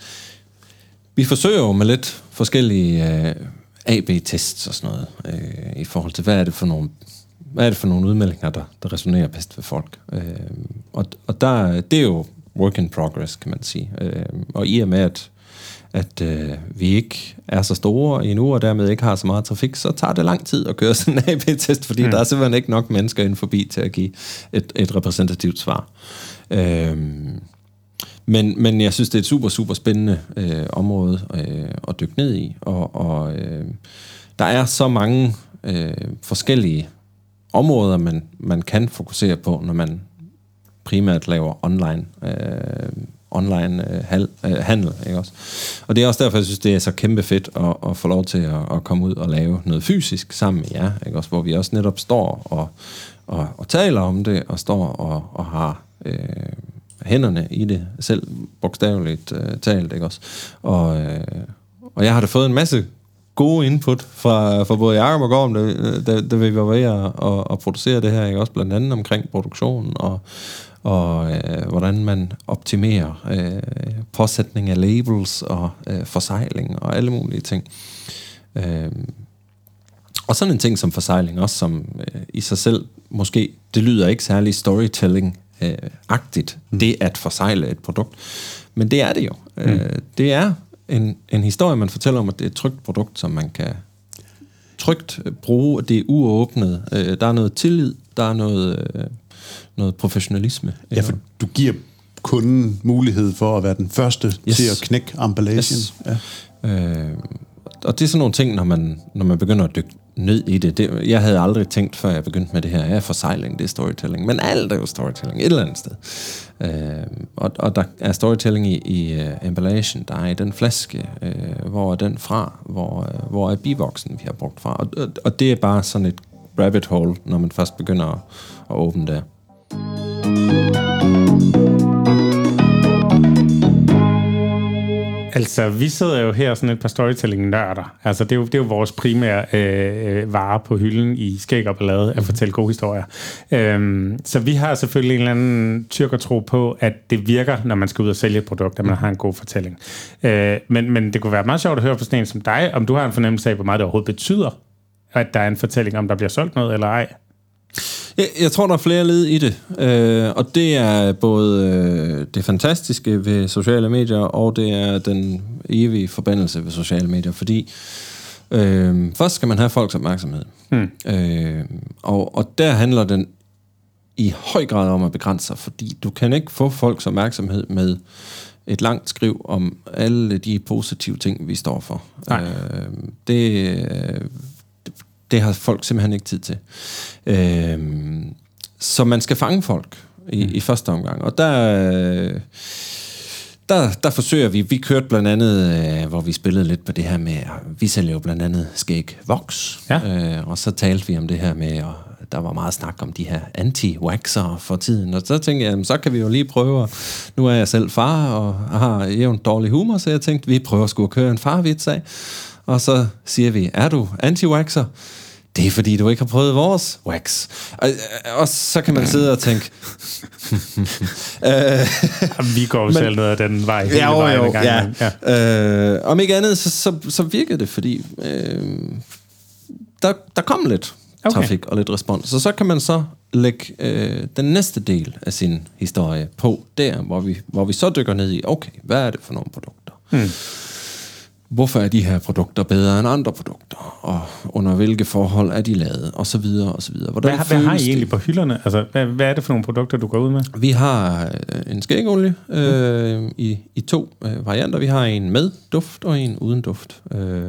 vi forsøger jo med lidt forskellige øh, A B-tests og sådan noget, øh, i forhold til, hvad er det for nogle, hvad er det for nogle udmeldinger, der, der resonerer bedst ved folk. Øh, og og der, det er jo work in progress, kan man sige. Øh, og i og med, at, at øh, vi ikke er så store endnu, og dermed ikke har så meget trafik, så tager det lang tid at køre sådan en A B-test, fordi mm. der er simpelthen ikke nok mennesker inden forbi til at give et, et repræsentativt svar. Øhm, men, men jeg synes, det er et super, super spændende øh, område øh, at dykke ned i, og, og øh, der er så mange øh, forskellige områder, man, man kan fokusere på, når man primært laver online, øh, online øh, hal, øh, handel, ikke også? Og det er også derfor, jeg synes, det er så kæmpe fedt at, at få lov til at, at komme ud og lave noget fysisk sammen med jer, ikke også? Hvor vi også netop står og, og, og taler om det, og står og, og har øh, hænderne i det selv, bogstaveligt øh, talt, ikke også? Og, øh, og jeg har da fået en masse gode input fra, fra både Jacob og Gorm, da, da vi var ved at, at, at producere det her, ikke også? Blandt andet omkring produktionen og og øh, hvordan man optimerer øh, påsætning af labels og øh, forsegling og alle mulige ting. Øh, og sådan en ting som forsegling også, som øh, i sig selv måske, det lyder ikke særlig storytelling-agtigt, øh, det at forsegle et produkt. Men det er det jo. Mm. Øh, det er en, en historie, man fortæller om, at det er et trygt produkt, som man kan trygt bruge, det er uåbnet. Øh, der er noget tillid, der er noget... Øh, noget professionalisme. Ja, for du giver kunden mulighed for at være den første yes. til at knække emballagen. Yes. Ja. Øh, og det er sådan nogle ting, når man, når man begynder at dykke ned i det. det. Jeg havde aldrig tænkt, før jeg begyndte med det her, ja, forsegling, det er storytelling. Men alt er jo storytelling, et eller andet sted. Øh, og, og der er storytelling i, i uh, emballagen, der er i den flaske, uh, hvor er den fra, hvor, uh, hvor er bivoksen, vi har brugt fra. Og, og, og det er bare sådan et rabbit hole, når man først begynder at, at åbne der. Altså, vi sidder jo her sådan et par storytelling-nørder. Altså, det er jo, det er jo vores primære øh, vare på hylden i Skæg og Ballade, at fortælle gode historier. Øhm, så vi har selvfølgelig en eller anden tyrkertro på, at det virker, når man skal ud og sælge et produkt, at man har en god fortælling. Øh, men, men det kunne være meget sjovt at høre på sådan en som dig, om du har en fornemmelse af, hvor meget det overhovedet betyder, at der er en fortælling, om der bliver solgt noget eller ej. Jeg, jeg tror, der er flere led i det, øh, og det er både øh, det fantastiske ved sociale medier, og det er den evige forbandelse ved sociale medier, fordi øh, først skal man have folks opmærksomhed, hmm. øh, og, og der handler den i høj grad om at begrænse sig, fordi du kan ikke få folks opmærksomhed med et langt skriv om alle de positive ting, vi står for. Øh, det øh, Det har folk simpelthen ikke tid til. Øhm, så man skal fange folk i, mm. i første omgang. Og der, der, der forsøger vi, vi kørte blandt andet, øh, hvor vi spillede lidt på det her med, vi sælger jo blandt andet Skæg Vox, ja. øh, og så talte vi om det her med, og der var meget snak om de her anti-waxere for tiden, og så tænkte jeg, så kan vi jo lige prøve, nu er jeg selv far, og har jævnt dårlig humor, så jeg tænkte, vi prøver sgu at køre en farvits af. Og så siger vi, er du anti-waxer? Det er fordi, du ikke har prøvet vores wax. Og, og så kan man sidde og tænke... vi går jo selv noget af den vej hele ja, vejen jo, gang. Ja. Ja. Øh, om ikke andet, så, så, så virkede det, fordi... Øh, der, der kom lidt Okay. trafik og lidt respons. Så så kan man så lægge øh, den næste del af sin historie på der, hvor vi, hvor vi så dykker ned i, okay, hvad er det for nogle produkter? Hmm. Hvorfor er de her produkter bedre end andre produkter? Og under hvilke forhold er de lavet? Og så videre, og så videre. Hvordan hvad, hvad har I egentlig på hylderne? Altså, hvad, hvad er det for nogle produkter, du går ud med? Vi har øh, en skægolie øh, mm. i, i to øh, varianter. Vi har en med duft og en uden duft. Øh,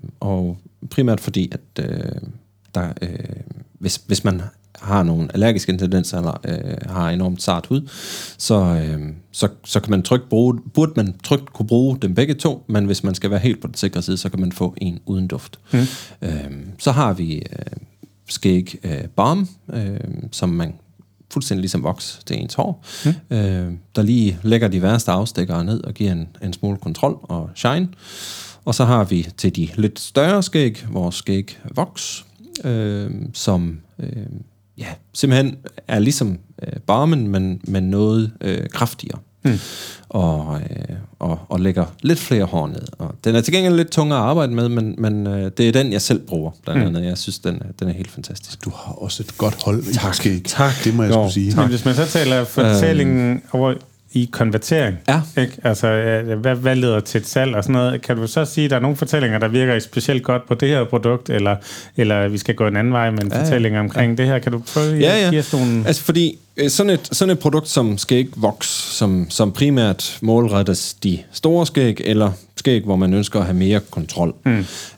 og primært fordi, at øh, der, øh, hvis, hvis man har nogle allergiske tendenser eller øh, har enormt sart hud, så, øh, så, så kan man trygt bruge, burde man trygt kunne bruge dem begge to, men hvis man skal være helt på den sikre side, så kan man få en uden duft. Mm. Øh, så har vi øh, skæg øh, balm, øh, som man fuldstændig ligesom voks til ens hår, mm. øh, der lige lægger de værste afstikkere ned og giver en, en smule kontrol og shine. Og så har vi til de lidt større skæg, vores skæg voks, øh, som øh, ja, simpelthen er ligesom øh, barmen, men, men noget øh, kraftigere. Hmm. Og, øh, og, og lægger lidt flere hår ned. Og den er til gengæld lidt tungere at arbejde med, men, men øh, det er den, jeg selv bruger. Blandt andet. Hmm. Jeg synes, den, den er helt fantastisk. Du har også et godt hold i tak, skæg. Tak. Det må jeg skulle sige. Men hvis man så taler fortællingen øh, over i konvertering, ja. Ikke? Altså, hvad, hvad leder til et salg og sådan noget? Kan du så sige, at der er nogle fortællinger, der virker specielt godt på det her produkt, eller, eller vi skal gå en anden vej med en ja, fortælling omkring ja. det her? Kan du prøve at ja, ja. give os nogle... Altså, fordi sådan et, sådan et produkt som skæg voks, som, som primært målrettes de store skæg, eller skæg, hvor man ønsker at have mere kontrol, mm.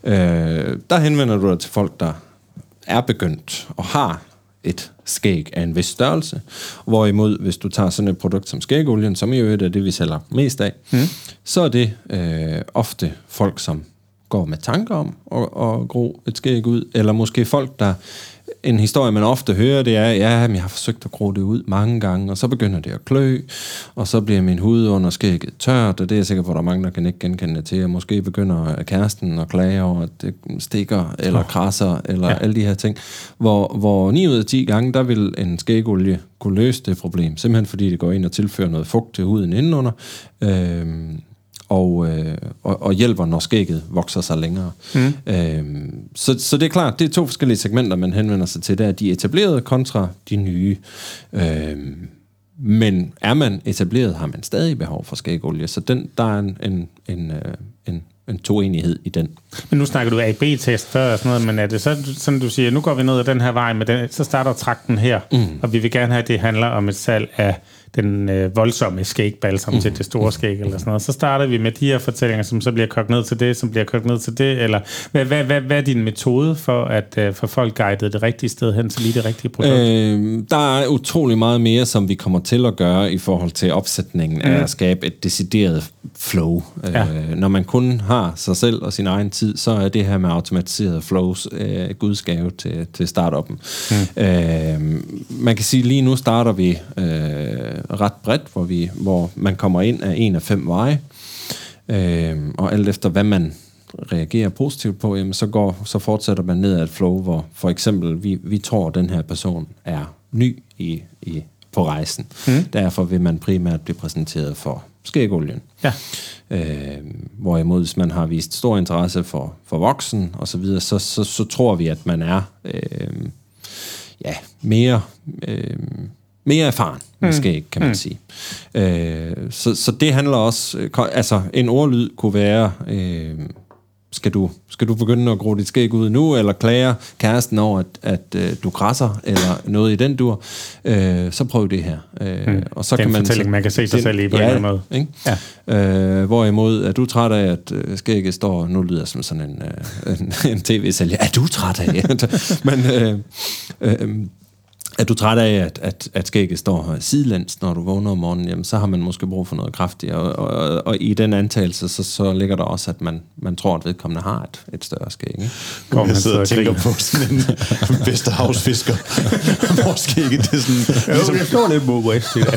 øh, der henvender du dig til folk, der er begyndt og har et skæg af en vis størrelse. Hvorimod, hvis du tager sådan et produkt som skægolien, som i øvrigt er det, vi sælger mest af, mm. så er det øh, ofte folk, som går med tanker om at, at gro et skæg ud, eller måske folk, der en historie, man ofte hører, det er, ja, men jeg har forsøgt at gro det ud mange gange, og så begynder det at klø, og så bliver min hud under skægget tørt, og det er jeg sikker på, at der er mange, der kan ikke genkende det til, og måske begynder kæresten at klage over, at det stikker, eller oh. krasser, eller ja. alle de her ting, hvor, hvor ni ud af ti gange, der vil en skægolie kunne løse det problem, simpelthen fordi det går ind og tilfører noget fugt til huden indenunder, øhm, Og, øh, og, og hjælper, når skægget vokser sig længere. Mm. Øhm, så, så det er klart, det er to forskellige segmenter, man henvender sig til. Det er de etablerede kontra de nye. Øhm, men er man etableret, har man stadig behov for skægolie. Så den, der er en, en, en, en, en toenighed i den. Men nu snakker du A B test før og sådan noget, men er det så, sådan du siger, nu går vi ned ad den her vej, med den, så starter trakten her, mm. og vi vil gerne have, at det handler om et salg af den øh, voldsomme skægbalsam mm. til det store skæg eller sådan noget. Så starter vi med de her fortællinger, som så bliver kogt ned til det, som bliver kogt ned til det, eller hvad, hvad, hvad, hvad er din metode for at øh, for folk guidede det rigtige sted hen til lige det rigtige produkt? Øh, der er utrolig meget mere, som vi kommer til at gøre i forhold til opsætningen mm. af at skabe et decideret flow. Ja. Øh, når man kun har sig selv og sin egen tid, så er det her med automatiseret flows øh, gudsgave til, til startuppen. Mm. Øh, man kan sige, lige nu starter vi øh, ret bredt, hvor, vi, hvor man kommer ind af en af fem veje, øh, og alt efter hvad man reagerer positivt på, jamen, så, går, så fortsætter man ned ad et flow, hvor for eksempel vi, vi tror, at den her person er ny i, i, på rejsen. Mm. Derfor vil man primært blive præsenteret for skægolien. Ja. Øh, hvorimod, hvis man har vist stor interesse for, for voksen og så videre, så, så, så tror vi, at man er øh, ja, mere øh, mere erfaren med mm. skæg, kan man mm. sige. Øh, så, så det handler også, altså en ordlyd kunne være, øh, skal, du, skal du begynde at gro dit skæg ud nu, eller klager kæresten over, at, at øh, du krasser, eller noget i den dur, øh, så prøv det her. Øh, mm. og så det er kan en man, fortælling, man kan se sig den, selv i på ja, en eller anden måde. Ikke? Ja. Øh, hvorimod, er du træt af, at øh, skægget står, nu lyder som sådan en, øh, en, en tv-sælger, er du træt af? Men øh, øh, er du træt af, at, at, at skægget står sidelæns, når du vågner om morgenen, jamen, så har man måske brug for noget kraftigt. Og, og, og, og i den antagelse, så, så ligger der også, at man, man tror, at vedkommende har et, et større skæg. Ikke? Kom, jeg sidder og tænker på sådan en Vesterhavsfisker, hvor skægget det er sådan... Ligesom, jeg står lidt mod West i dag.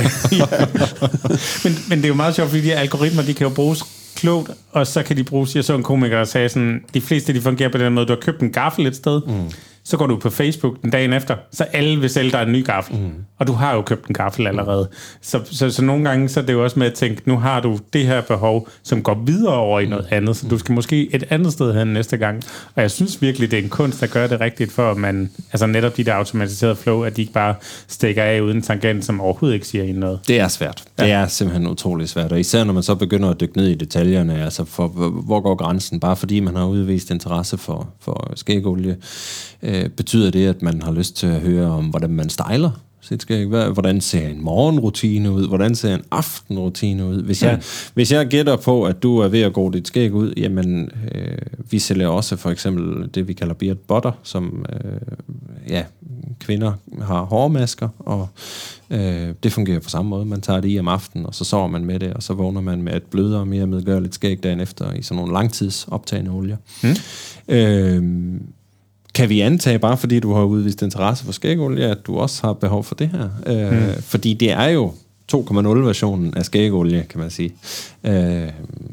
men, men det er jo meget sjovt, fordi de algoritmer, de kan jo bruges klogt, og så kan de bruges, jeg så en komiker og sagde sådan, de fleste, de fungerer på den måde, du har købt en gaffel et sted, mm. så går du på Facebook den dagen efter, så alle vil sælge dig en ny gaffel. Mm. Og du har jo købt en gaffel allerede. Så, så, så nogle gange så er det jo også med at tænke, nu har du det her behov, som går videre over i noget andet, så du skal måske et andet sted hen næste gang. Og jeg synes virkelig, det er en kunst at gøre det rigtigt, for at man, altså netop de der automatiserede flow, at de ikke bare stikker af uden tangent, som overhovedet ikke siger en noget. Det er svært. Ja. Det er simpelthen utrolig svært. Og især når man så begynder at dykke ned i detaljerne, altså for, hvor går grænsen? Bare fordi man har udvist interesse for, for skægolie, øh, betyder det, at man har lyst til at høre om, hvordan man styler sit skæg? Hvordan ser en morgenrutine ud? Hvordan ser en aftenrutine ud? Hvis jeg, ja. hvis jeg gætter på, at du er ved at gå dit skæg ud, jamen, øh, vi sælger også for eksempel det, vi kalder beard butter, som øh, ja, kvinder har hårmasker, og øh, det fungerer på samme måde. Man tager det i om aftenen, og så sover man med det, og så vågner man med et blødere og mere medgørligt skæg dagen efter i sådan nogle langtidsoptagende olier. Mm. Øh, Kan vi antage, bare fordi du har udvist interesse for skægolie, at du også har behov for det her? Øh, mm. Fordi det er jo to komma nul-versionen af skægolie, kan man sige. Øh,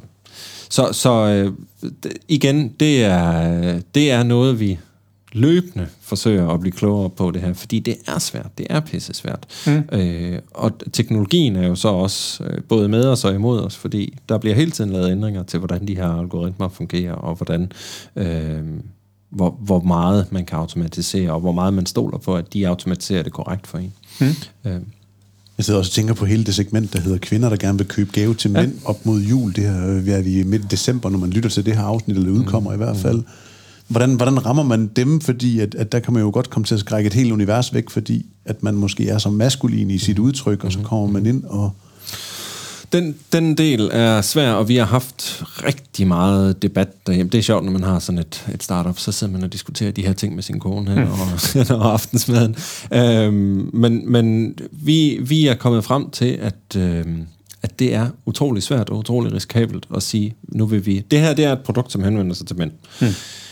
så så øh, igen, det er, det er noget, vi løbende forsøger at blive klogere på det her, fordi det er svært, det er pisse svært. Mm. Øh, og teknologien er jo så også øh, både med os og imod os, fordi der bliver hele tiden lavet ændringer til, hvordan de her algoritmer fungerer, og hvordan... Øh, Hvor, hvor meget man kan automatisere, og hvor meget man stoler på, at de automatiserer det korrekt for en. Mm. Øh. Jeg sidder også og tænker på hele det segment, der hedder kvinder, der gerne vil købe gave til mænd ja. op mod jul. Det her, vi er i midt i december, når man lytter til det her afsnit, eller udkommer mm. i hvert fald. Hvordan, hvordan rammer man dem? Fordi at, at der kan man jo godt komme til at skrække et helt univers væk, fordi at man måske er så maskulin i sit udtryk, mm. og så kommer man ind og... Den, den del er svær, og vi har haft rigtig meget debat derhjemme. Det er sjovt, når man har sådan et, et startup, så sidder man og diskuterer de her ting med sin kone her mm. og aftensmaden. Øhm, men men vi, vi er kommet frem til, at, øhm, at det er utrolig svært og utrolig risikabelt at sige, nu vil vi... Det her det er et produkt, som henvender sig til mænd. Mm.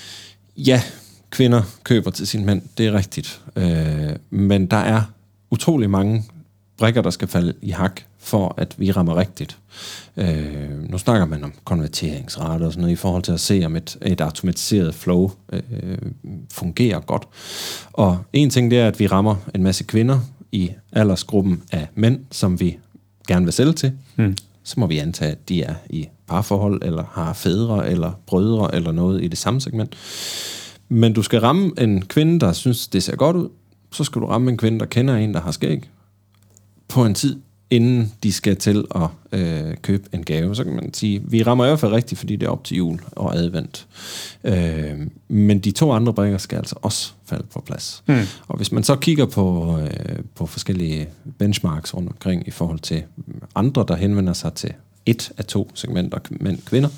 Ja, kvinder køber til sine mænd, det er rigtigt. Øh, men der er utrolig mange brikker, der skal falde i hak, for at vi rammer rigtigt. Øh, nu snakker man om konverteringsrate og sådan noget, i forhold til at se, om et, et automatiseret flow øh, fungerer godt. Og en ting, det er, at vi rammer en masse kvinder i aldersgruppen af mænd, som vi gerne vil sælge til. Mm. Så må vi antage, at de er i parforhold, eller har fædre, eller brødre, eller noget i det samme segment. Men du skal ramme en kvinde, der synes, det ser godt ud. Så skal du ramme en kvinde, der kender en, der har skæg, på en tid, inden de skal til at øh, købe en gave. Så kan man sige, vi rammer i hvert fald rigtigt, fordi det er op til jul og advent. Øh, men de to andre brikker skal altså også falde på plads. Mm. Og hvis man så kigger på, øh, på forskellige benchmarks rundt omkring i forhold til andre, der henvender sig til et af to segmenter, mænd og kvinder,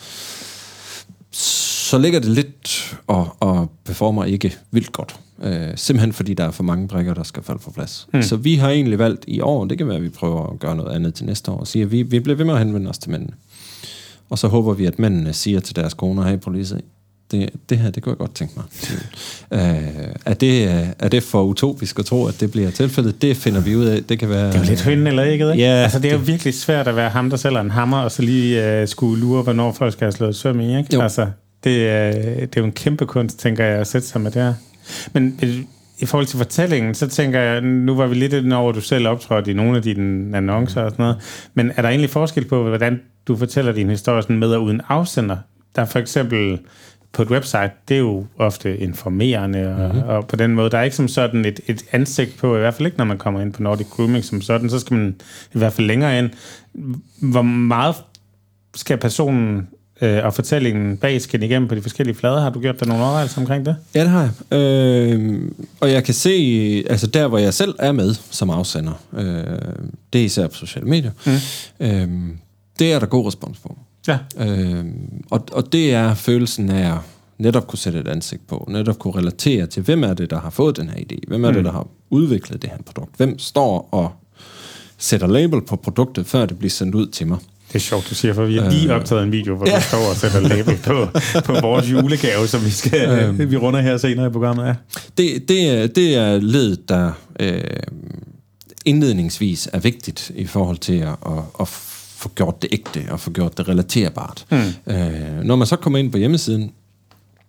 så ligger det lidt og, og performer ikke vildt godt. Øh, simpelthen fordi der er for mange brikker, der skal falde på plads. Mm. Så vi har egentlig valgt i år, det kan være, at vi prøver at gøre noget andet til næste år, og siger, at vi, vi bliver ved med at henvende os til mændene. Og så håber vi, at mændene siger til deres koner, hey police, det, det her, det kunne jeg godt tænke mig. øh, er, det, er det for utopisk at tro, at det bliver tilfældet? Det finder vi ud af. Det kan være... Det er jo lidt hønnen eller ikke, ikke? Ja, altså, det er jo virkelig svært at være ham, der sælger en hammer, og så lige uh, skulle lure, hvornår folk skal have slået søm i, ikke? Jo. Altså, det, uh, det er jo en kæmpe kunst, tænker jeg, at sætte sig med det her. Men i forhold til fortællingen, så tænker jeg, nu var vi lidt inde over, at du selv optrådte i nogle af dine annoncer og sådan noget, men er der egentlig forskel på, hvordan du fortæller din historie sådan med og uden afsender? Der er for eksempel på et website, det er jo ofte informerende, og, mm-hmm. og på den måde, der er ikke som sådan et, et ansigt på, i hvert fald ikke, når man kommer ind på Nordic Grooming som sådan, så skal man i hvert fald længere ind. Hvor meget skal personen øh, og fortællingen bag skinne igennem på de forskellige flader? Har du gjort dig nogle overvejelser omkring det? Ja, det har jeg. Øh, og jeg kan se, altså der, hvor jeg selv er med som afsender, øh, det er især på sociale medier, mm. øh, det er der god respons på. Ja. Øh, og, og det er følelsen af at netop kunne sætte et ansigt på, netop kunne relatere til, hvem er det, der har fået den her idé, hvem er mm. det, der har udviklet det her produkt, hvem står og sætter label på produktet, før det bliver sendt ud til mig. Det er sjovt, du siger, for vi har lige optaget en video, hvor ja. du står og sætter label på, på vores julegave, som vi skal øhm, vi runder her senere i programmet. Ja. Det, det, er, det er ledet, der øh, indledningsvis er vigtigt i forhold til at, at, at få gjort det ægte og få gjort det relaterbart. Mm. Øh, når man så kommer ind på hjemmesiden,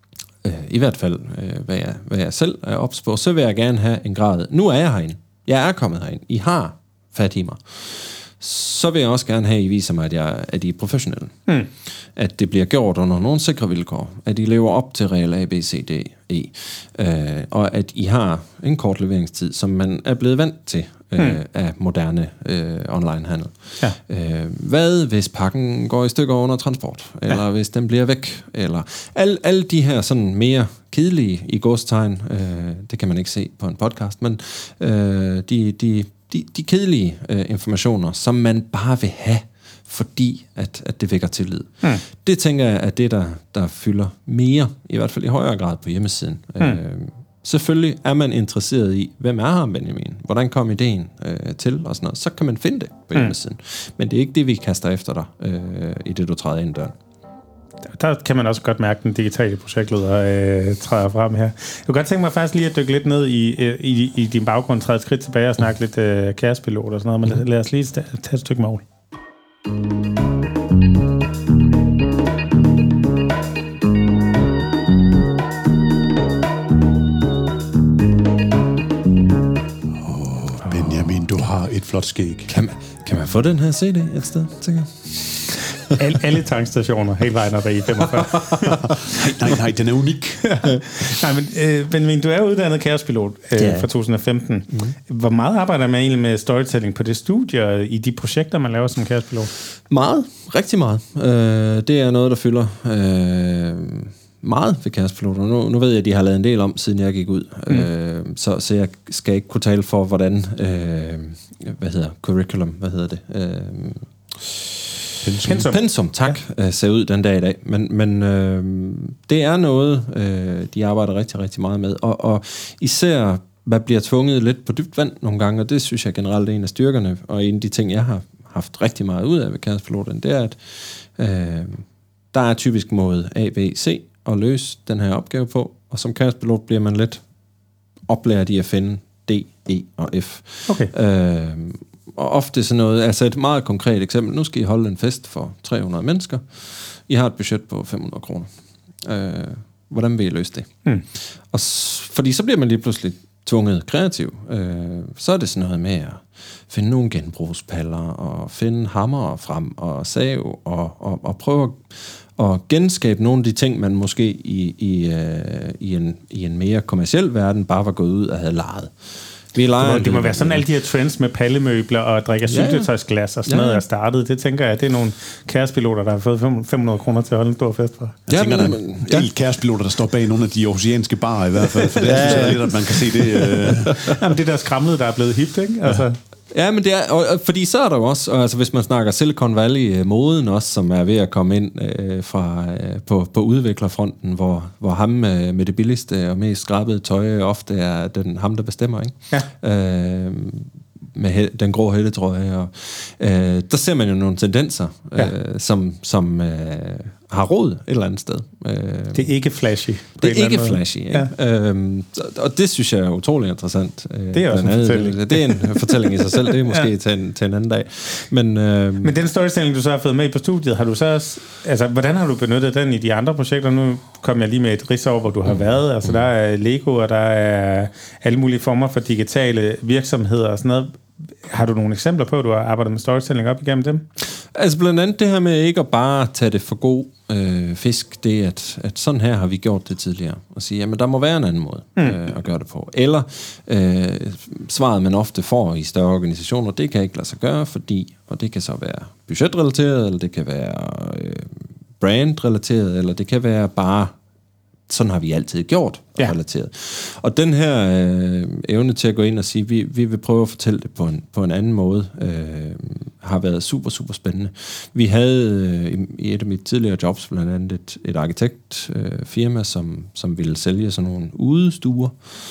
øh, i hvert fald, øh, hvad, jeg, hvad jeg selv er ops på, så vil jeg gerne have en grad. Nu er jeg herinde. Jeg er kommet herind. I har fat i mig. Så vil jeg også gerne have, at I viser mig, at, jeg, at I er professionelle. Mm. At det bliver gjort under nogle sikre vilkår. At I lever op til regel A, B, C, D, E. Øh, og at I har en kort leveringstid, som man er blevet vant til øh, mm. af moderne øh, onlinehandel. Ja. Øh, hvad hvis pakken går i stykker under transport? Eller ja. hvis den bliver væk? Eller alle, alle de her sådan mere kedelige i godstegn, øh, det kan man ikke se på en podcast, men øh, de... de De, de kedelige øh, informationer, som man bare vil have, fordi at, at det vækker tillid. Mm. Det tænker jeg, at det, der, der fylder mere, i hvert fald i højere grad på hjemmesiden. Mm. Øh, selvfølgelig er man interesseret i, hvem er ham, Benjamin? Hvordan kom ideen øh, til? Og sådan noget. Så kan man finde det på hjemmesiden. Mm. Men det er ikke det, vi kaster efter dig, øh, i det, du træder ind døren. Der kan man også godt mærke, den digitale projektleder øh, træder frem her. Jeg kunne godt tænke mig faktisk lige at dykke lidt ned i, i, i din baggrund, træde et skridt tilbage og snakke lidt øh, kærespilot og sådan noget, men lad os lige tage et stykke mål. Oh, Benjamin, du har et flot skæg. Kan man, kan man få den her C D et sted, tænker jeg? Alle, alle tankstationer, hele vejen op ad I femogfyrre. nej, nej, nej, den er unik. nej, men øh, Benjamin, du er uddannet kærespilot øh, ja. fra to tusind og femten. Mm. Hvor meget arbejder man egentlig med storytelling på det studie, i de projekter, man laver som kærespilot? Meget, rigtig meget. Øh, det er noget, der fylder øh, meget ved kærestepiloter. Nu, nu ved jeg, at de har lavet en del om, siden jeg gik ud. Mm. Øh, så, så jeg skal ikke kunne tale for, hvordan øh, hvad hedder curriculum, hvad hedder det? Øh, Pensum. Pensum, Pensum tak, ja. ser ud den dag i dag. Men, men øh, det er noget, øh, de arbejder rigtig, rigtig meget med. Og, og især, hvad bliver tvunget lidt på dybt vand nogle gange, og det synes jeg generelt er en af styrkerne, og en af de ting, jeg har haft rigtig meget ud af ved kærestepiloten, det er, at øh, der er typisk måde A, B, C at løse den her opgave på, og som kærestepilot bliver man lidt oplært i at finde D, E og F. Okay. Øh, Og ofte sådan noget, altså et meget konkret eksempel. Nu skal I holde en fest for tre hundrede mennesker. I har et budget på fem hundrede kroner. Øh, hvordan vil I løse det? Mm. Og s- fordi så bliver man lige pludselig tvunget kreativ. Øh, så er det sådan noget med at finde nogle genbrugspaller, og finde hammer frem, og sav, og, og, og prøve at, at genskabe nogle af de ting, man måske i, i, øh, i, en, i en mere kommerciel verden bare var gået ud og havde lejet. Det må, det må være sådan alle de her trends med pallemøbler og drikke syltetøjsglas og sådan ja, ja. noget er startet. Det tænker jeg, det er nogle kærestepiloter, der har fået fem hundrede kroner til at holde en stor fest for. Jeg tænker, der er en del kærestepiloter, der står bag nogle af de oceanske barer i hvert fald, for det ja, synes jeg lidt, at man kan se det. Øh... Jamen, det der skramlede, der er blevet hipt, ikke? Altså... Ja. Ja, men det er, og, og, fordi så er der jo også, altså hvis man snakker Silicon Valley-moden også, som er ved at komme ind øh, fra, øh, på, på udviklerfronten, hvor, hvor ham øh, med det billigste og mest skrabede tøj ofte er den, ham, der bestemmer, ikke? Ja. Øh, med he, den grå hættetrøje. Og, øh, der ser man jo nogle tendenser, øh, ja. som, som øh, har råd et eller andet sted. Øh, det er ikke flashy. Det er ikke flashy. Ikke? Ja. Øhm, og det synes jeg er utrolig interessant. Det er også en andet, fortælling. Det er en fortælling i sig selv. Det er måske ja. til, en, til en anden dag. Men, øh, Men den storytelling, du så har fået med på studiet, har du så også, altså, hvordan har du benyttet den i de andre projekter? Nu kom jeg lige med et rids over, hvor du har mm. været. Altså, der er Lego, og der er alle mulige former for digitale virksomheder og sådan noget. Har du nogle eksempler på, at du har arbejdet med storytelling op igennem dem? Altså blandt andet det her med ikke at bare tage det for god øh, fisk, det er, at, at sådan her har vi gjort det tidligere. Og sige, jamen der må være en anden måde mm. øh, at gøre det på. Eller øh, svaret, man ofte får i større organisationer, det kan ikke lade sig gøre, fordi, og det kan så være budgetrelateret, eller det kan være øh, brandrelateret, eller det kan være bare, sådan har vi altid gjort og ja. relateret. Og den her øh, evne til at gå ind og sige, vi, vi vil prøve at fortælle det på en, på en anden måde, øh, har været super, super spændende. Vi havde øh, i, i et af mine tidligere jobs blandt andet et, et arkitektfirma, øh, som, som ville sælge sådan nogle udestuer,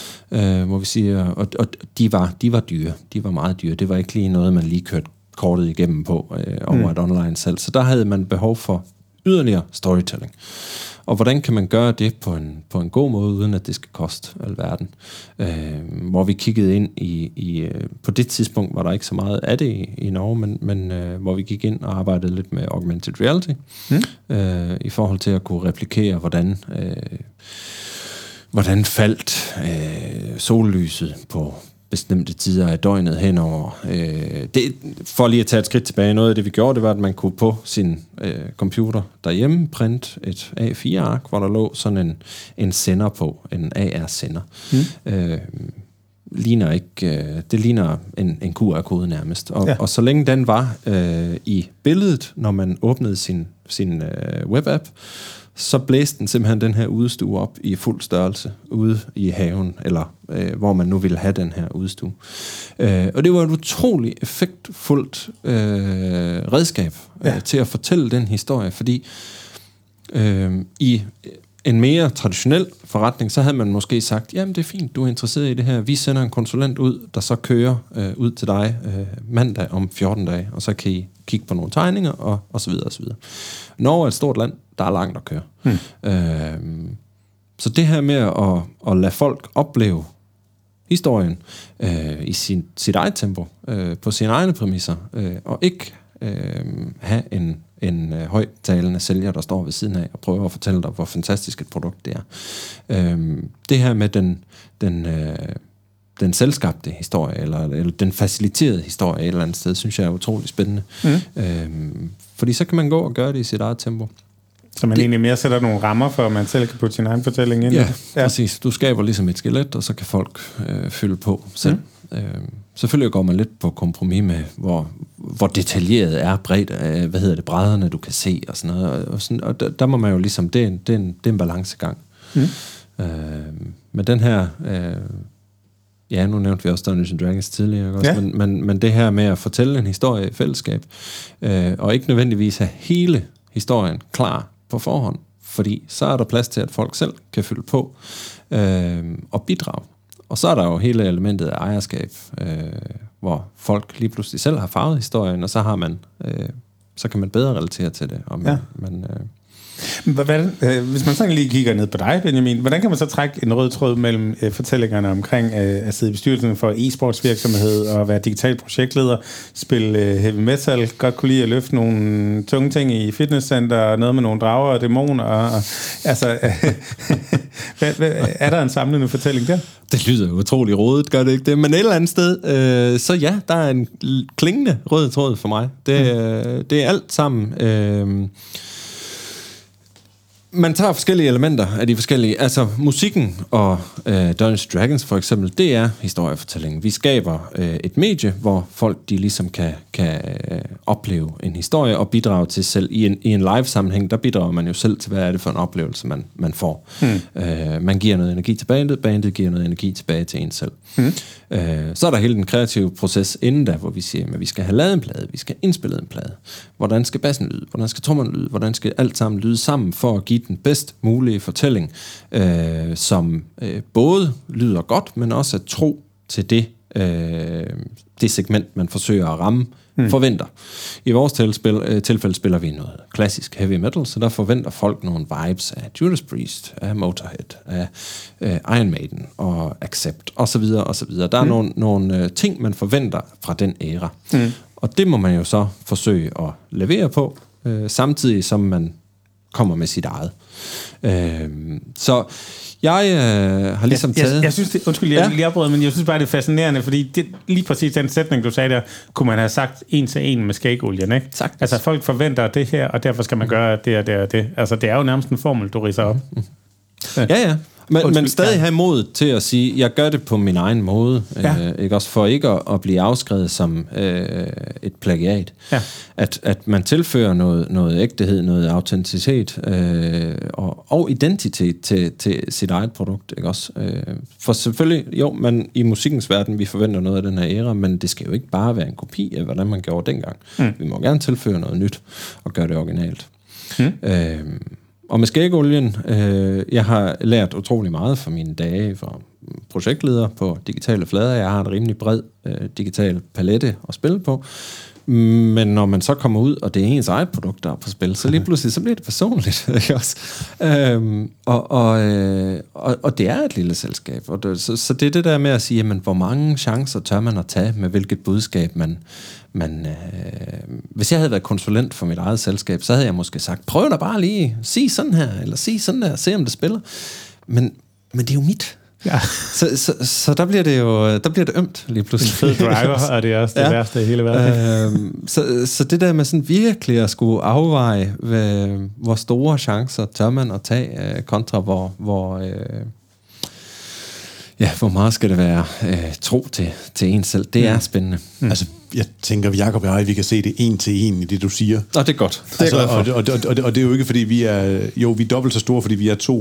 øh, hvor vi siger, og, og de, var, de var dyre. De var meget dyre. Det var ikke lige noget, man lige kørte kortet igennem på øh, over mm. et online salg. Så der havde man behov for yderligere storytelling. Og hvordan kan man gøre det på en, på en god måde, uden at det skal koste alverden? Øh, hvor vi kiggede ind i, i... På det tidspunkt var der ikke så meget af det i, i Norge, men, men øh, hvor vi gik ind og arbejdede lidt med augmented reality, mm. øh, i forhold til at kunne replikere, hvordan... Øh, hvordan faldt øh, sollyset på bestemte tider af døgnet henover. Øh, det, for lige at tage et skridt tilbage, noget af det vi gjorde, det var, at man kunne på sin øh, computer derhjemme printe et A fire ark, hvor der lå sådan en, en sender på, en A R-sender. Mm. Øh, ligner ikke, øh, det ligner en, en Q R-kode nærmest. Og, ja. og så længe den var øh, i billedet, når man åbnede sin, sin øh, webapp, så blæste den simpelthen den her udstue op i fuld størrelse ude i haven, eller øh, hvor man nu ville have den her udstue. Øh, og det var et utroligt effektfuldt øh, redskab ja. øh, til at fortælle den historie, fordi øh, i en mere traditionel forretning, så havde man måske sagt, jamen det er fint, du er interesseret i det her, vi sender en konsulent ud, der så kører øh, ud til dig øh, mandag om fjorten dage, og så kan I kigge på nogle tegninger, og, og så videre, og så videre. Norge er et stort land, der er langt at køre. Hmm. Øh, så det her med at, at lade folk opleve historien øh, i sin, sit eget tempo, øh, på sine egne præmisser, øh, og ikke øh, have en en øh, højttalende sælger, der står ved siden af og prøver at fortælle dig, hvor fantastisk et produkt det er. Øhm, det her med den, den, øh, den selvskabte historie, eller, eller den faciliterede historie et eller andet sted, synes jeg er utrolig spændende. Mm. Øhm, fordi så kan man gå og gøre det i sit eget tempo. Så man det, egentlig mere sætter nogle rammer for, at man selv kan putte sin egen fortælling ind? Ja, ja, præcis. Du skaber ligesom et skelet, og så kan folk øh, fylde på selv. Mm. Øhm, selvfølgelig går man lidt på kompromis med, hvor, hvor detaljeret er bredt, øh, hvad hedder det, brædderne, du kan se, og sådan noget. Og, sådan, og der, der må man jo ligesom, det er en, det er en, det er en balancegang. Mm. Øh, men den her, øh, ja, nu nævnte vi også Dungeons and Dragons tidligere, også, ja. men, men, men det her med at fortælle en historie i fællesskab, øh, og ikke nødvendigvis have hele historien klar på forhånd, fordi så er der plads til, at folk selv kan fylde på øh, og bidrage. Og så er der jo hele elementet af ejerskab, øh, hvor folk lige pludselig selv har farvet historien, og så har man, øh, så kan man bedre relatere til det. Og man, ja. man, øh, Hvordan, øh, hvis man sådan lige kigger ned på dig, Benjamin, hvordan kan man så trække en rød tråd mellem øh, fortællingerne omkring øh, at sidde i bestyrelsen for e-sportsvirksomhed og være digital projektleder, spille øh, heavy metal, godt kunne lide at løfte nogle tunge ting i fitnesscenter, noget med nogle drager og dæmoner, og, og, altså, øh, hvad, hvad, er der en samlende fortælling der? Det lyder jo utroligt rodet, gør det ikke det? Men et eller andet sted, øh, så ja, der er en klingende rød tråd for mig. Det, øh, det er alt sammen... Øh, Man tager forskellige elementer af de forskellige, altså musikken og øh, Dungeons and Dragons for eksempel, det er historiefortællingen. Vi skaber øh, et medie, hvor folk de ligesom kan, kan øh, opleve en historie og bidrage til selv. I en, i en live-sammenhæng, der bidrager man jo selv til, hvad er det for en oplevelse, man, man får. Hmm. Øh, man giver noget energi til bandet, bandet giver noget energi tilbage til en selv. Hmm. Øh, så er der hele den kreative proces inden da, hvor vi siger, at vi skal have lavet en plade, vi skal indspille en plade. Hvordan skal bassen lyde? Hvordan skal trommerne lyde? Hvordan skal alt sammen lyde sammen for at give den bedst mulige fortælling, øh, som øh, både lyder godt, men også er tro til det, øh, det segment, man forsøger at ramme, hmm. forventer. I vores tilspil, øh, tilfælde spiller vi noget klassisk heavy metal, så der forventer folk nogle vibes af Judas Priest, af Motorhead, af øh, Iron Maiden og Accept, og så videre, og så videre. Der er hmm. nogle, nogle øh, ting, man forventer fra den æra. Hmm. Og det må man jo så forsøge at levere på, øh, samtidig som man kommer med sit eget. Øh, så jeg øh, har ligesom jeg, taget... Jeg, jeg synes, det, undskyld, jeg ja. lige afbryder, men jeg synes bare, det er fascinerende, fordi det, lige præcis den sætning, du sagde der, kunne man have sagt en til en med skægolien, ikke? Sagtens. Altså, folk forventer det her, og derfor skal man gøre det og det og det. Altså, det er jo nærmest en formel, du ridser op. Mm. Ja, ja. Men, men stadig have mod til at sige, jeg gør det på min egen måde, ja. øh, ikke også for ikke at, at blive afskrevet som øh, et plagiat. Ja. At, at man tilfører noget, noget ægtehed, noget autenticitet øh, og, og identitet til, til sit eget produkt, ikke også? Øh, for selvfølgelig, jo, man i musikkens verden, vi forventer noget af den her æra, men det skal jo ikke bare være en kopi af, hvordan man gjorde dengang. Mm. Vi må gerne tilføre noget nyt og gøre det originalt. Mm. Øh, Og med skægolien, øh, jeg har lært utrolig meget fra mine dage for projektleder på digitale flader. Jeg har en rimelig bred øh, digital palette at spille på. Men når man så kommer ud, og det er ens eget produkt, der er på spil, så lige pludselig, så bliver det personligt. Ikke også? Øhm, og, og, øh, og, og det er et lille selskab. Og det, så, så det er det der med at sige, jamen, hvor mange chancer tør man at tage med hvilket budskab man... man øh, hvis jeg havde været konsulent for mit eget selskab, så havde jeg måske sagt, prøv da bare lige, sig sådan her, eller sig sådan der, se om det spiller. Men, men det er jo mit. Ja. Så, så, så der bliver det jo der bliver det ømt lige pludselig. En fed driver, og det er også det ja. værste i hele verden. Øhm, så, så det der med sådan virkelig at skulle afveje, hvad, hvor store chancer tør man at tage, øh, kontra hvor, hvor, øh, ja, hvor meget skal det være øh, tro til, til en selv. Det mm. er spændende. Mm. Altså, jeg tænker, Jacob og jeg, vi kan se det en til en i det, du siger. Nå, det er godt. Det er altså, og, og, og, og, og det er jo ikke, fordi vi er... Jo, vi er dobbelt så store, fordi vi er to.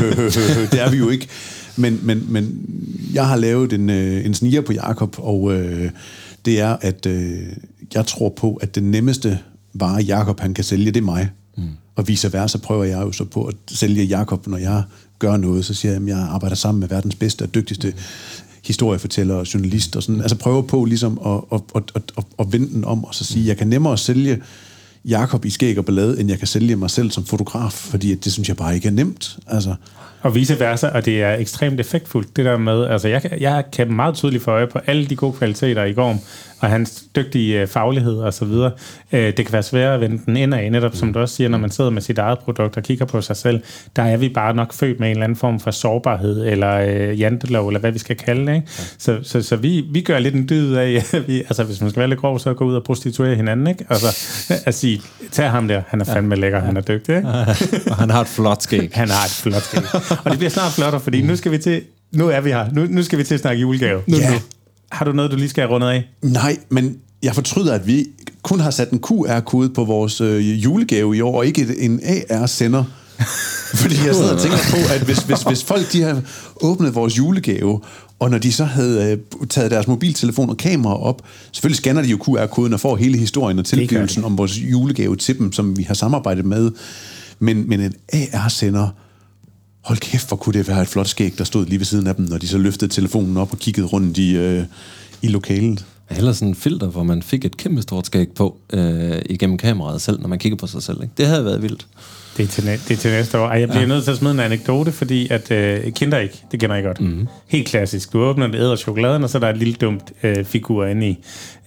Det er vi jo ikke. Men, men, men jeg har lavet en, en sniger på Jacob, og øh, det er, at øh, jeg tror på, at den nemmeste vare, Jacob han kan sælge, det er mig. Mm. Og vice versa prøver jeg jo så på at sælge Jacob, når jeg gør noget, så siger jeg, at jeg arbejder sammen med verdens bedste og dygtigste mm. historiefortæller og journalist, og sådan, altså prøver på ligesom at, at, at, at, at vende den om, og så sige, at jeg kan nemmere sælge Jacob i skæg og ballade, end jeg kan sælge mig selv som fotograf, fordi det synes jeg bare ikke er nemt. Altså. Og vice versa, og det er ekstremt effektfuldt, det der med, altså jeg, jeg kan meget tydeligt få øje på alle de gode kvaliteter i Gorm, og hans dygtige faglighed og så videre. Det kan være svært at vende den indad, netop som du også siger, når man sidder med sit eget produkt og kigger på sig selv, der er vi bare nok født med en eller anden form for sårbarhed, eller øh, jantelov, eller hvad vi skal kalde det. Ikke? Ja. Så, så, så vi, vi gør lidt en dyd af, vi, altså hvis man skal være lidt grov, så gå ud og prostituere hinanden, ikke? Altså at sige, tag ham der, han er fandme lækker, ja. Han er dygtig, ikke? Og han har et flot skæg. Han har et flot skæg. Og det bliver snart flottere, fordi mm. nu skal vi til, nu er vi her, nu, nu skal vi til at snakke julegave. Nu, ja. nu. Har du noget, du lige skal have rundet af? Nej, men jeg fortryder, at vi kun har sat en Q R-kode på vores øh, julegave i år, og ikke en A R-sender. Fordi jeg sidder og tænker på, at hvis, hvis, hvis folk de har åbnet vores julegave, og når de så havde øh, taget deres mobiltelefon og kamera op, selvfølgelig scanner de jo Q R-koden og får hele historien og tilgivelsen om vores julegave til dem, som vi har samarbejdet med. Men, men en A R-sender, hold kæft, hvor kunne det være et flot skæg, der stod lige ved siden af dem, når de så løftede telefonen op og kiggede rundt i, øh, i lokalet. Eller sådan en filter, hvor man fik et kæmpe stort skæg på øh, igennem kameraet selv, når man kigger på sig selv. Ikke? Det havde været vildt. Det er til, næ- det er til næste år. Ej, jeg bliver ja. nødt til at smide en anekdote, fordi at øh, Kinder ikke, det kender jeg godt. Mm-hmm. Helt klassisk. Du åbner og æder chokoladen, og så er der et lille dumt øh, figur inde i.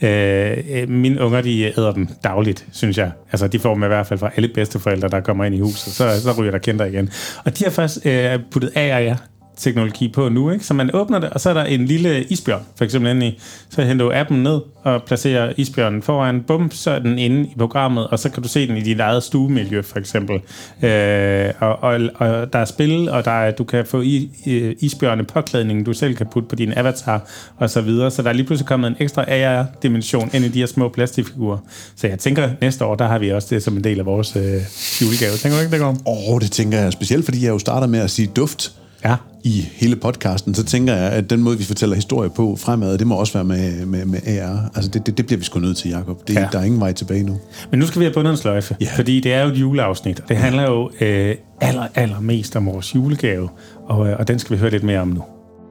Øh, mine unger, de æder dem dagligt, synes jeg. Altså, de får dem i hvert fald fra alle bedsteforældre, der kommer ind i huset. Så, så ryger der Kinder igen. Og de har først øh, puttet A R teknologi på nu, ikke? Så man åbner det, og så er der en lille isbjørn, for eksempel inde i. Så henter du appen ned og placerer isbjørnen foran, bum, så er den inde i programmet, og så kan du se den i dit eget stuemiljø, for eksempel. Øh, og, og, og der er spil, og der er, du kan få i, i, isbjørne-påklædning, du selv kan putte på din avatar, og så videre. Så der er lige pludselig kommet en ekstra A R-dimension ind i de her små plastikfigurer. Så jeg tænker, næste år, der har vi også det som en del af vores øh, julegave. Tænker du ikke, det går? Åh, oh, det tænker jeg specielt, fordi jeg jo starter med at sige duft. Ja. I hele podcasten, så tænker jeg, at den måde, vi fortæller historie på fremad, det må også være med, med, med A R. Altså, det, det, det bliver vi sgu nødt til, Jacob. Det, ja. Der er ingen vej tilbage nu. Men nu skal vi have bundet en sløjfe, ja. Fordi det er jo et juleafsnit. Det handler jo øh, aller, aller mest om vores julegave, og, og den skal vi høre lidt mere om nu.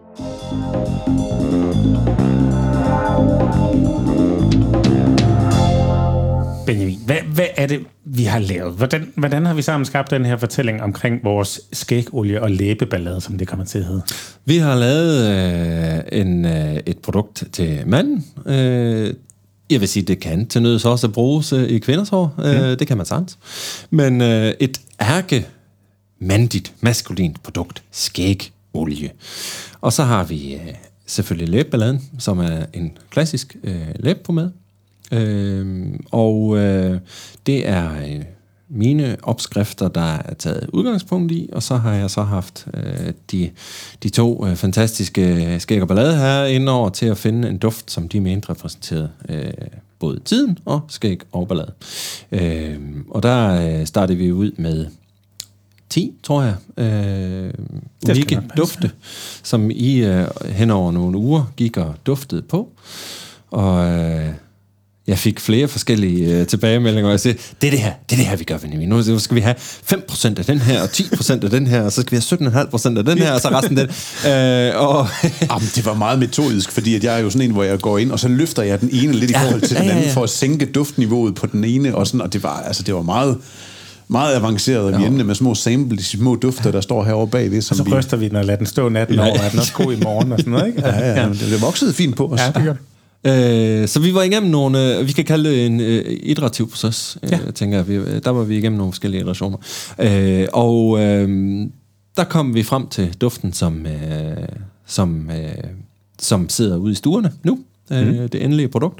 Benjamin, hvad, hvad er det, vi har lavet? Hvordan, hvordan har vi sammen skabt den her fortælling omkring vores skægolie og læbeballade, som det kommer til at hedde? Vi har lavet øh, en, øh, et produkt til manden. Øh, jeg vil sige, det kan til nøds også bruges øh, i kvinders hår. Øh, mm. Det kan man sandt. Men øh, et ærke mandigt, maskulint produkt, skægolie. Og så har vi øh, selvfølgelig læbeballaden, som er en klassisk øh, læbepomade. Øh, og øh, det er øh, mine opskrifter, der er taget udgangspunkt i, og så har jeg så haft øh, de, de to øh, fantastiske skæg og ballade her indover til at finde en duft, som de mente repræsenterede øh, både tiden og skæg og ballade. Øh, og der øh, startede vi ud med ti, tror jeg, øh, unikke dufte, som I øh, hen over nogle uger gik og duftede på. Og øh, jeg fik flere forskellige øh, tilbagemeldinger, og jeg siger, det er det her, det er det her, vi gør, Benjamin. Nu skal vi have fem procent af den her, og ti procent af den her, og så skal vi have sytten komma fem procent af den her, og så resten den. Øh, og Jamen, det var meget metodisk, fordi at jeg er jo sådan en, hvor jeg går ind, og så løfter jeg den ene lidt i forhold til ja, den anden, ja, ja. for at sænke duftniveauet på den ene, og sådan, og det var, altså, det var meget... meget avanceret, og vi endte med små sample, de små dufter, der står herovre bagved. Som og så ryster vi den og lader den stå natten over, og er den også god i morgen og sådan noget, ikke? Ja, ja, ja. Det, det voksede fint på os. Ja, det gør Øh, så vi var igennem nogle, øh, vi kan kalde det en øh, iterativ proces, øh, ja. tænker jeg. Vi, der var vi igennem nogle forskellige iterationer. Øh, og øh, der kom vi frem til duften, som, øh, som, øh, som sidder ude i stuerne nu. Øh, mm. Det endelige produkt.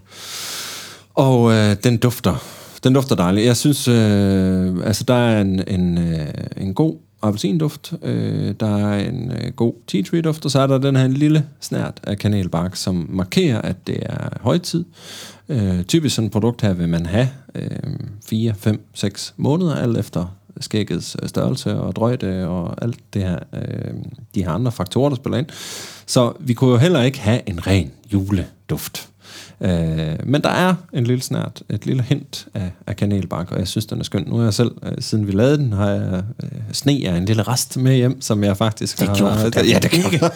Og øh, den dufter, den dufter dejligt. Jeg synes, øh, altså der er en, en, øh, en god appelsinduft, øh, der er en øh, god tea tree duft, og så er der den her lille snert af kanelbark, som markerer, at det er højtid. Øh, typisk sådan et produkt her vil man have øh, fire, fem, seks måneder, alt efter skæggets størrelse og drøjde og alt det her, øh, de her andre faktorer, der spiller ind. Så vi kunne jo heller ikke have en ren juleduft. Øh, men der er en lille snert, et lille hint af, af kanelbark, og jeg synes, den er skøn. Nu er jeg selv, øh, siden vi lavede den, har jeg øh, sne af en lille rest med hjem, som jeg faktisk det har... Det, det, ja, det kan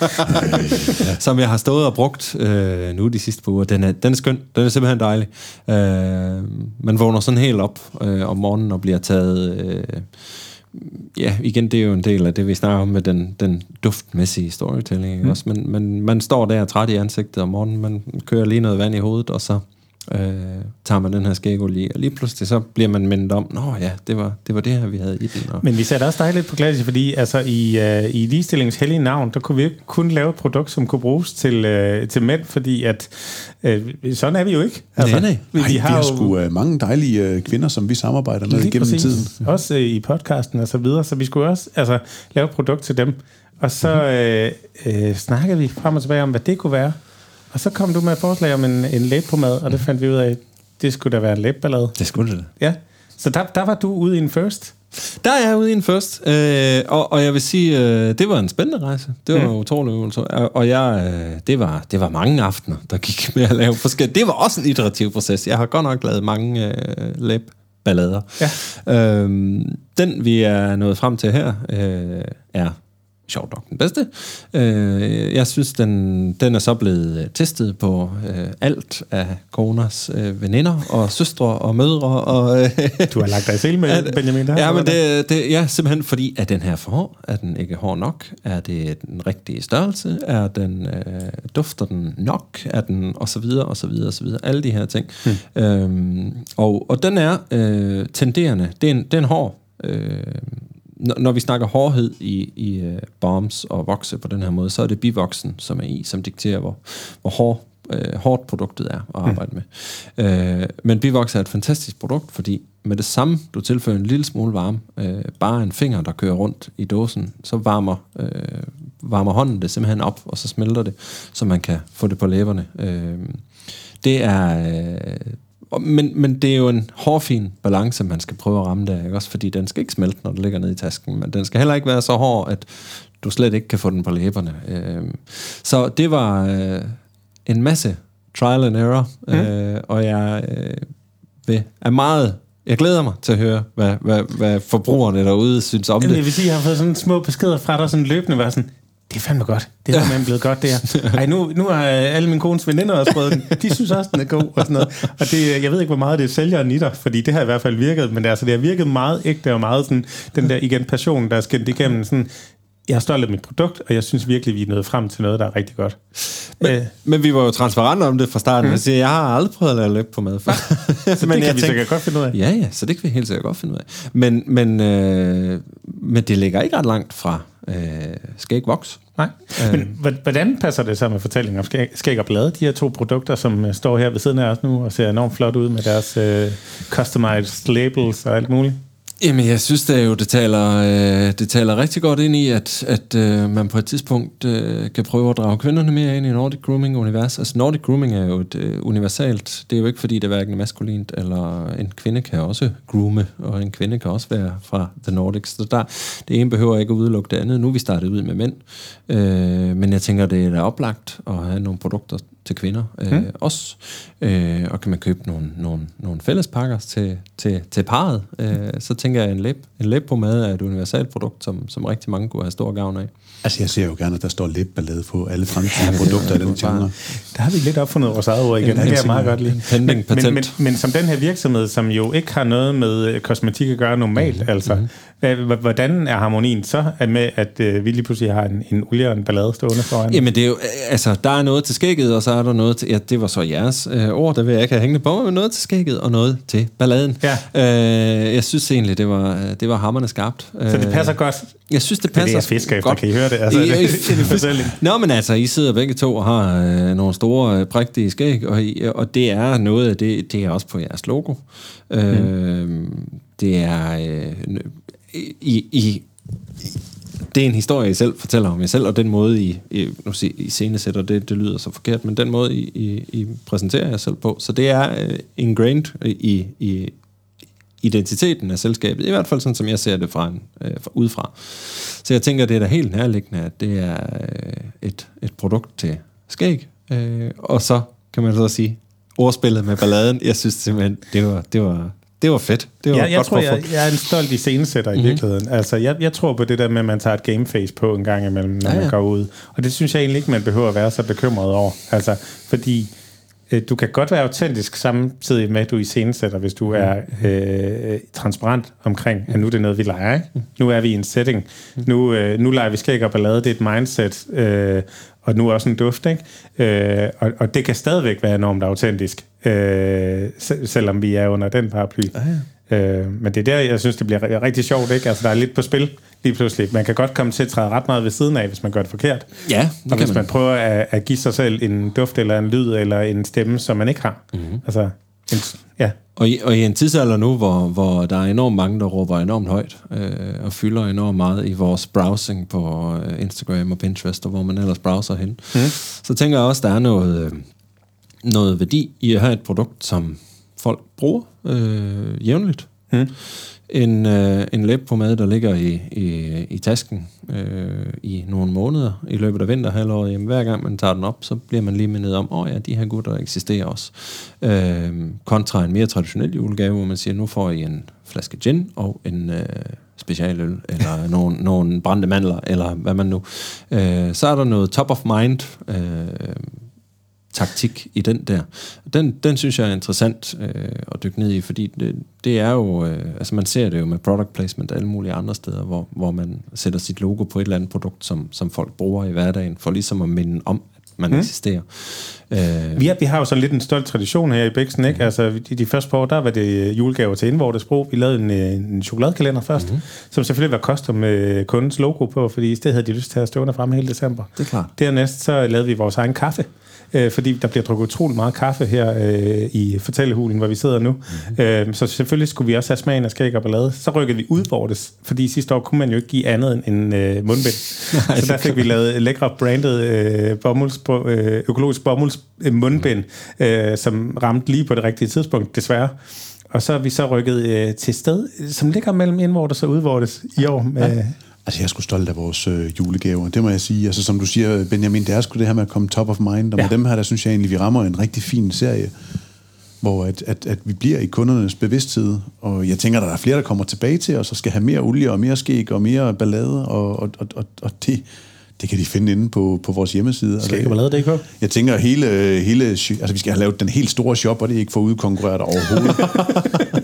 som jeg har stået og brugt øh, nu de sidste par uger. Den er, den er skøn, den er simpelthen dejlig. Øh, man vågner sådan helt op øh, om morgenen og bliver taget... Øh, ja, igen, det er jo en del af det, vi snakker om med den, den duftmæssige storytelling, mm. også, men, men man står der træt i ansigtet om morgenen, man kører lige noget vand i hovedet, og så øh, tager man den her skægolie, og lige pludselig så bliver man mindet om, nå ja, det var det, var det her, vi havde i den. Og men vi satte også dejligt på glas, fordi altså, i, uh, i ligestillingens hellige navn, der kunne vi ikke kun lave et produkt, som kunne bruges til, uh, til mænd, fordi at uh, sådan er vi jo ikke. Altså, nej, nej. Vi, vi har, har jo sgu uh, mange dejlige uh, kvinder, som vi samarbejder med gennem præcis. tiden. Også uh, i podcasten og så videre, så vi skulle også altså, lave et produkt til dem. Og så uh, uh, snakkede vi frem og tilbage om, hvad det kunne være. Og så kom du med et forslag om en, en læbepomade, og det fandt vi ud af, det skulle da være en læbeballade. Det skulle det. Ja, så der, der var du ude i en first. Der er jeg ude i en first, øh, og, og jeg vil sige, øh, det var en spændende rejse. Det var mm. en utrolig øvelse, og, og jeg, øh, det, var, det var mange aftener, der gik med at lave forskellige. Det var også en iterativ proces. Jeg har godt nok lavet mange øh, læbeballader. Ja. Øh, den, vi er nået frem til her, øh, er... sjovt nok den bedste. Øh, jeg synes, den, den er så blevet testet på øh, alt af Konas øh, veninder og søstre og mødre. Og, øh, du har lagt dig selv med, at, Benjamin. Der, ja, men det, det, ja, simpelthen fordi, er den her for hård? Er den ikke hård nok? Er det den rigtige størrelse? Er den, øh, dufter den nok? Er den, og så videre, og så videre, og så videre. Alle de her ting. Hmm. Øhm, og, og den er øh, tenderende. Det er en, det er en hård øh, når vi snakker hårdhed i, i uh, bombs og vokse på den her måde, så er det bivoksen, som er i, som dikterer, hvor, hvor hård, uh, hårdt produktet er at arbejde mm. med. Uh, men bivoks er et fantastisk produkt, fordi med det samme, du tilfører en lille smule varme, uh, bare en finger, der kører rundt i dåsen, så varmer, uh, varmer hånden det simpelthen op, og så smelter det, så man kan få det på læberne. Uh, det er... Uh, Men, men det er jo en hårfin balance, man skal prøve at ramme der, ikke? Også fordi den skal ikke smelte, når den ligger nede i tasken, men den skal heller ikke være så hård, at du slet ikke kan få den på læberne. Så det var en masse trial and error, mm. og jeg er meget... Jeg glæder mig til at høre, hvad, hvad, hvad forbrugerne derude synes om det. Jeg vil sige, jeg har fået sådan små beskeder fra dig, sådan løbende var sådan, det er fandme godt. Det er simpelthen blevet godt, det her. Ej, nu, nu har alle mine kones veninder også prøvet den. De synes også, den er god og sådan noget. Og det, jeg ved ikke, hvor meget det er sælgeren i dig, fordi det har i hvert fald virket, men det, altså, det har virket meget ægte og meget sådan, den der igen passion, der er skændt igennem sådan, jeg er stolt af mit produkt, og jeg synes virkelig, vi er nået frem til noget, der er rigtig godt. Men, Æh, men vi var jo transparente om det fra starten. Mm. Jeg siger, jeg har aldrig prøvet at lave læb på mad før. Så men det kan vi sikkert godt finde ud af. Ja, ja, så det kan vi helt sikkert godt finde ud af. Men, men, øh, men det ligger ikke ret langt fra øh, skæg voks. Nej, øh. Men hvordan passer det så med fortællingen om skæg, skæg og blade, de her to produkter, som står her ved siden af os nu, og ser enormt flot ud med deres øh, customized labels og alt muligt? Jamen, jeg synes det er jo, det taler, øh, det taler rigtig godt ind i, at, at øh, man på et tidspunkt øh, kan prøve at drage kvinderne mere ind i Nordic Grooming-univers. Altså, Nordic Grooming er jo et øh, universalt. Det er jo ikke, fordi det er hverken maskulint, eller en kvinde kan også groome, og en kvinde kan også være fra The Nordics. Så der, det ene behøver ikke at udelukke det andet. Nu er vi startet ud med mænd. Øh, men jeg tænker, det er da oplagt at have nogle produkter til kvinder øh, mm. også. Øh, og kan man købe nogle, nogle, nogle fællespakker til, til, til parret, øh, så tænker jeg, en læb, en læbpomade er et universalt produkt, som, som rigtig mange kunne have stor gavn af. Altså, jeg ser jo gerne, at der står læbballade på alle fremtidige ja, produkter af den genre. Der har vi lidt opfundet vores eget ord igen. Det kan jeg meget godt lide. Men, men, men, men som den her virksomhed, som jo ikke har noget med kosmetik at gøre normalt, mm-hmm. altså, hvordan er harmonien så med, at øh, vi lige pludselig har en, en olie og en ballade stående foran? Jamen, det er jo, altså, der er noget til skægget, og så er der noget til, ja, det var så jeres øh, ord, der vil jeg ikke have hængende på, men noget til skægget, og noget til balladen. Ja. Øh, jeg synes egentlig, det var, det var hamrende skarpt. Så det passer godt? Jeg synes, det passer det er fisker efter, kan I høre det? Altså, I, det, det Nå, men altså, I sidder begge to og har øh, nogle store, øh, prægtige skæg, og, og det er noget af det, det er også på jeres logo. Mm. Øh, det er øh, i, i, det er en historie, I selv fortæller om jer selv, og den måde, I, I, nu siger, I scenesætter, det, det lyder så forkert, men den måde, I, I, I præsenterer jer selv på, så det er øh, ingrained i, i identiteten af selskabet, i hvert fald sådan, som jeg ser det fra, en, øh, fra udefra. Så jeg tænker, det er da helt nærliggende, at det er øh, et, et produkt til skæg, øh, og så kan man så sige, ordspillet med balladen, jeg synes simpelthen, det var, det var, det var fedt. Det var ja, jeg godt tror, jeg, jeg er en stolt iscenesætter mm-hmm. i virkeligheden. Altså, jeg, jeg tror på det der med, at man tager et gameface på en gang imellem, når ja, ja. man går ud. Og det synes jeg egentlig ikke, man behøver at være så bekymret over. Altså, fordi du kan godt være autentisk samtidig med, at du iscenesætter, hvis du er øh, transparent omkring, at nu er det noget, vi leger, ikke? Nu er vi i en setting. Nu, øh, nu leger vi skæg og ballade, det er et mindset, øh, og nu også en duft, ikke? Øh, og, og det kan stadigvæk være enormt autentisk, øh, selvom vi er under den paraply. Ah, ja. øh, men det er der, jeg synes, det bliver rigtig sjovt, ikke? Altså, der er lidt på spil lige pludselig. Man kan godt komme til at træde ret meget ved siden af, hvis man gør det forkert. Ja, det og hvis man. man prøver at, at give sig selv en duft, eller en lyd, eller en stemme, som man ikke har. Mm-hmm. Altså, en, ja. Og i, og i en tidsalder nu, hvor, hvor der er enormt mange, der råber enormt højt, øh, og fylder enormt meget i vores browsing på øh, Instagram og Pinterest, og hvor man ellers browser hen, mm. så tænker jeg også, der er noget, øh, noget værdi i at have et produkt, som folk bruger øh, jævnligt. Mm. En, øh, en læbpomade, der ligger i, i, i tasken øh, i nogle måneder i løbet af vinterhalvåret. Jamen, hver gang man tager den op, så bliver man lige mindet om, åh oh, ja, de her gutter eksisterer også. Øh, kontra en mere traditionel julegave, hvor man siger, nu får I en flaske gin og en øh, specialøl, eller nogle, nogle brændte mandler, eller hvad man nu. Øh, så er der noget top of mind øh, taktik i den der. Den, den synes jeg er interessant øh, at dykke ned i, fordi det, det er jo, øh, altså man ser det jo med product placement alle mulige andre steder, hvor, hvor man sætter sit logo på et eller andet produkt, som, som folk bruger i hverdagen, for ligesom at minde om, at man mm. eksisterer. Øh, vi, har, vi har jo sådan lidt en stolt tradition her i Bæksen, ikke? Mm. Altså, de, de første par år, der var det julegaver til indvortes brug. Vi lavede en, en chokoladekalender først, mm. som selvfølgelig var custom med kundens logo på, fordi i stedet havde de lyst til at stå under frem hele december. Det er klart. Dernæst så lavede vi vores egen kaffe, øh, fordi der bliver drukket utrolig meget kaffe her øh, i fortællehulen, hvor vi sidder nu. Mm. Øh, så selvfølgelig skulle vi også have smagen af skæg og ballade. Så rykkede vi udvortes, fordi sidste år kunne man jo ikke give andet end øh, mundbind. Nej, så der fik vi lavet lækre branded øh, bomulds, øh, økologisk bomulds øh, mundbind, mm. øh, som ramte lige på det rigtige tidspunkt, desværre. Og så er vi så rykket øh, til sted, som ligger mellem indvortes og udvortes i år. Med, ja. Altså, jeg er sgu stolt af vores øh, julegaver, det må jeg sige. Altså, som du siger, Benjamin, det er sgu det her med at komme top of mind, og ja. med dem her, der synes jeg egentlig, vi rammer en rigtig fin serie, hvor at, at, at vi bliver i kundernes bevidsthed, og jeg tænker, at der er flere, der kommer tilbage til os, og skal have mere olie, og mere skæg, og mere ballade, og, og, og, og det, det kan de finde inde på, på vores hjemmeside. Skæg og ballade, det ikke? Jeg tænker, hele, hele, altså, vi skal have lavet den helt store shop, og det er ikke for udkonkurreret overhovedet.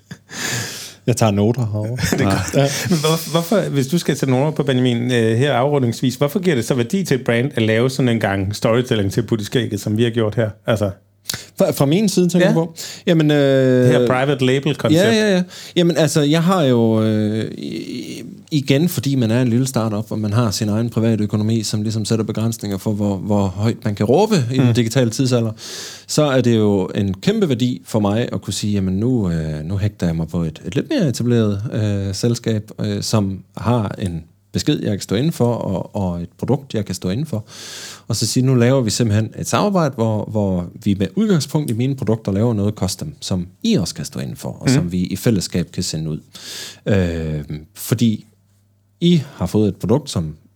Jeg tager noter herovre. Det er godt. Ja. Men hvor, hvorfor, hvis du skal sætte noter på, Benjamin, her afrundingsvis, hvorfor giver det så værdi til et brand at lave sådan en gang storytelling til Putteskægget, som vi har gjort her? Altså Fra, fra min side, tænker jeg ja. på. Jamen, øh, det her private label-koncept. Ja, ja, ja. Jamen, altså, jeg har jo øh, igen, fordi man er en lille startup, og man har sin egen private økonomi, som ligesom sætter begrænsninger for, hvor, hvor højt man kan råbe i mm. den digitale tidsalder, så er det jo en kæmpe værdi for mig at kunne sige, jamen nu, øh, nu hægter jeg mig på et, et lidt mere etableret øh, selskab, øh, som har en besked, jeg kan stå inden for, og, og et produkt, jeg kan stå inden for. Og så sige, nu laver vi simpelthen et samarbejde, hvor, hvor vi med udgangspunkt i mine produkter laver noget custom, som I også kan stå inden for, og mm. som vi i fællesskab kan sende ud. Øh, fordi I har fået et produkt, som I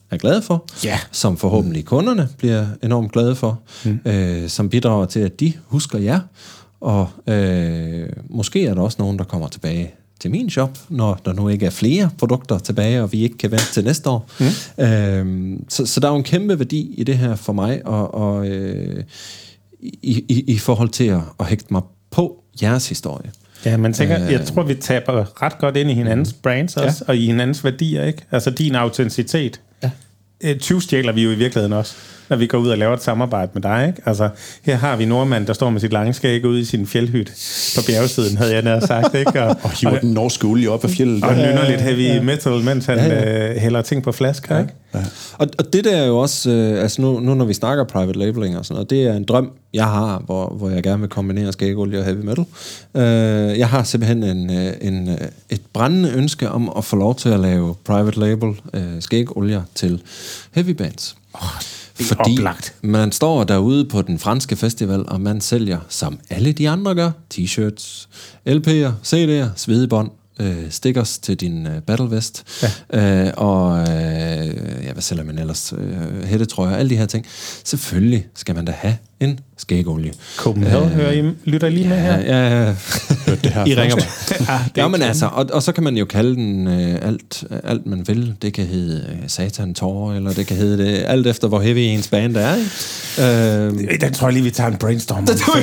er glade for, ja. som forhåbentlig kunderne bliver enormt glade for, mm. øh, som bidrager til, at de husker jer, og øh, måske er der også nogen, der kommer tilbage til min shop, når der nu ikke er flere produkter tilbage, og vi ikke kan vente til næste år. Mm. Øh, så, så der er jo en kæmpe værdi i det her for mig, og, og øh, i, i, i forhold til at, at hægte mig på jeres historie. Ja, man tænker, øh, jeg tror, vi taber ret godt ind i hinandens mm. brands også, ja. og i hinandens værdier, ikke? Altså din autenticitet. Ja. tyve stjæler vi jo i virkeligheden også, når vi går ud og laver et samarbejde med dig, ikke? Altså, her har vi nordmand, der står med sit lange skæg ude i sin fjeldhytte på bjergsiden, havde jeg nær sagt, ikke? Og, og hiver den norske olie op af fjeldet. Og nynner ja, lidt heavy ja. metal, mens han ja, ja. Øh, hælder ting på flasker, ja. ikke? Ja. Og, og det der er jo også, øh, altså nu, nu når vi snakker private labeling og sådan noget, det er en drøm, jeg har, hvor, hvor jeg gerne vil kombinere skægolie og heavy metal. Øh, jeg har simpelthen en, en, et brændende ønske om at få lov til at lave private label øh, skægolier til heavy bands. Oh, Fordi oplagt. Man står derude på den franske festival, og man sælger, som alle de andre gør, t-shirts, L P'er, C D'er, svedebånd, øh, stickers til din øh, battlevest, ja. øh, og øh, ja, hvad sælger man ellers? Øh, hættetrøjer, alle de her ting. Selvfølgelig skal man da have en skægolie. Copenhagen, øh, hører I, lytter lige ja, med her? Ja, ja. det her I ringer mig. ja, ja, men altså, og, og så kan man jo kalde den øh, alt, alt, man vil. Det kan hedde øh, Satan Tårer, eller det kan hedde det, alt efter, hvor heavy ens band er. Ikke? Øh, den tror jeg lige, vi tager en brainstorm.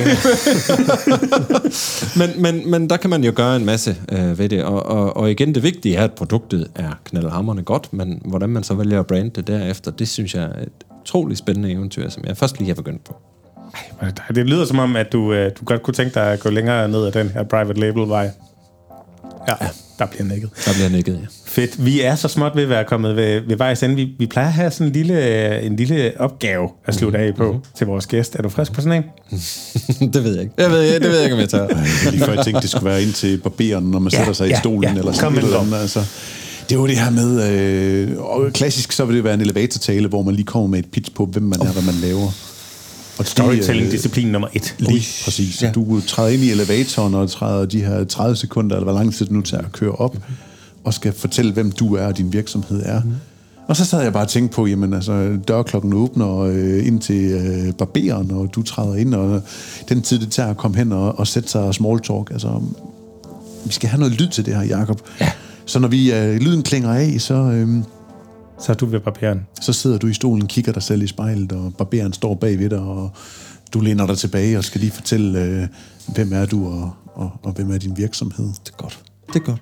men, men, men der kan man jo gøre en masse øh, ved det, og, og, og igen, det vigtige er, at produktet er knaldhamrende godt, men hvordan man så vælger at brande det derefter, det synes jeg er et utroligt spændende eventyr, som jeg først lige har begyndt på. Ej, det lyder som om, at du, du godt kunne tænke dig at gå længere ned ad den her private label-vej. Ja, ja, der bliver nikket. Der bliver nikket, ja. Fedt. Vi er så småt ved at være kommet ved, ved vejs ende. Vi, vi plejer at have sådan en lille, en lille opgave at slutte af på mm-hmm. til vores gæst. Er du frisk på sådan en? Det ved jeg ikke. Jeg ved, det ved jeg ikke, om jeg tør. Lige før jeg tænkte, det skulle være ind til barberen, når man ja, sætter sig ja, i stolen. Ja, eller sådan eller andet. Altså, det er jo det her med... Øh, og klassisk så vil det være en elevatortale, hvor man lige kommer med et pitch på, hvem man er, hvad man laver. Og storytelling-disciplin nummer et. Lige præcis. Ja. Du træder ind i elevatoren og træder de her tredive sekunder, eller hvor lang tid det nu tager at køre op, mm-hmm. og skal fortælle, hvem du er og din virksomhed er. Mm-hmm. Og så sad jeg bare og tænkte på, jamen altså, dørklokken åbner øh, ind til øh, barberen, og du træder ind, og den tid, det tager at komme hen og, og sætte sig og small talk. Altså, vi skal have noget lyd til det her, Jacob. Ja. Så når vi øh, lyden klinger af, så... Øh, Så er du ved barberen. Så sidder du i stolen, kigger dig selv i spejlet, og barberen står bagved dig, og du læner dig tilbage og skal lige fortælle, øh, hvem er du, og, og, og hvem er din virksomhed. Det er godt. Det er godt.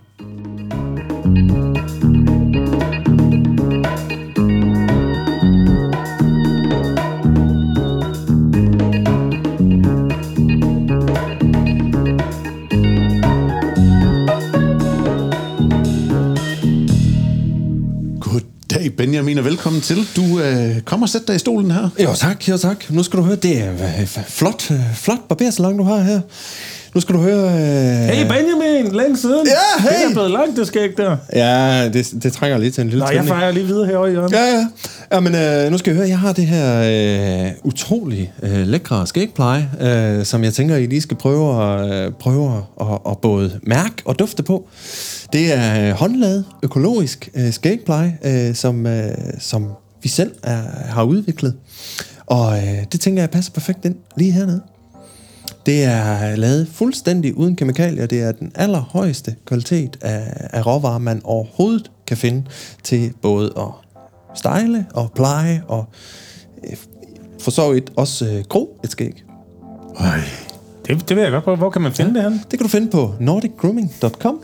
Benjamin, og velkommen til. Du øh, kommer og sæt dig i stolen her. Jo tak, jo tak. Nu skal du høre, det er øh, flot, øh, flot barbersalon, du har her. Nu skal du høre... Øh... Hey Benjamin, længe siden. Ja, hey! Det er blevet langt, det skæg der. Ja, det, det trænger lige til en lille Nå, jeg fejrer lige videre herovre i hjørnet. Ja, ja. Ja, men øh, nu skal jeg høre, jeg har det her øh, utrolig øh, lækre skægpleje, øh, som jeg tænker, I lige skal prøve at, øh, prøve at, at både mærke og dufte på. Det er øh, håndlavet, økologisk øh, skægpleje, øh, som, øh, som vi selv er, har udviklet. Og øh, det tænker jeg passer perfekt ind lige hernede. Det er lavet fuldstændig uden kemikalier. Det er den allerhøjeste kvalitet af, af råvarer, man overhovedet kan finde til både at style og pleje og øh, for så vidt også øh, gro et skæg. Ej, det, det vil jeg godt prøve. Hvor kan man finde ja, det her? Det kan du finde på nordic grooming punktum com,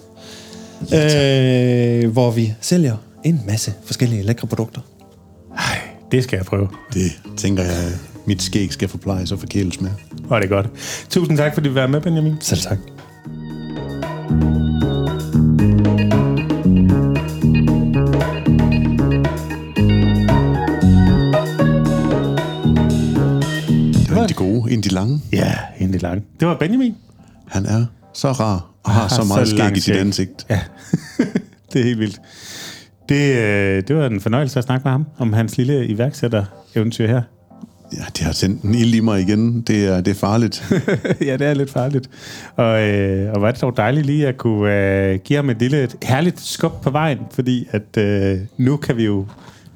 øh, hvor vi sælger en masse forskellige lækre produkter. Ej, det skal jeg prøve. Det tænker jeg, mit skæg skal forplejes og forkæles med. Åh, det er godt. Tusind tak, fordi du var med, Benjamin. Selv tak. Det var de gode, ind de lange. Ja, ind de lange. Det var Benjamin. Han er så rar og har, har så meget så skæg i sit ansigt. Ja, det er helt vildt. Det, øh, det var en fornøjelse at snakke med ham om hans lille iværksætter-eventyr her. Ja, det har tændt en ild i mig igen. Det er, det er farligt. Ja, det er lidt farligt. Og, øh, og var det dog dejligt lige at kunne øh, give ham et lille et herligt skub på vejen, fordi at øh, nu kan vi jo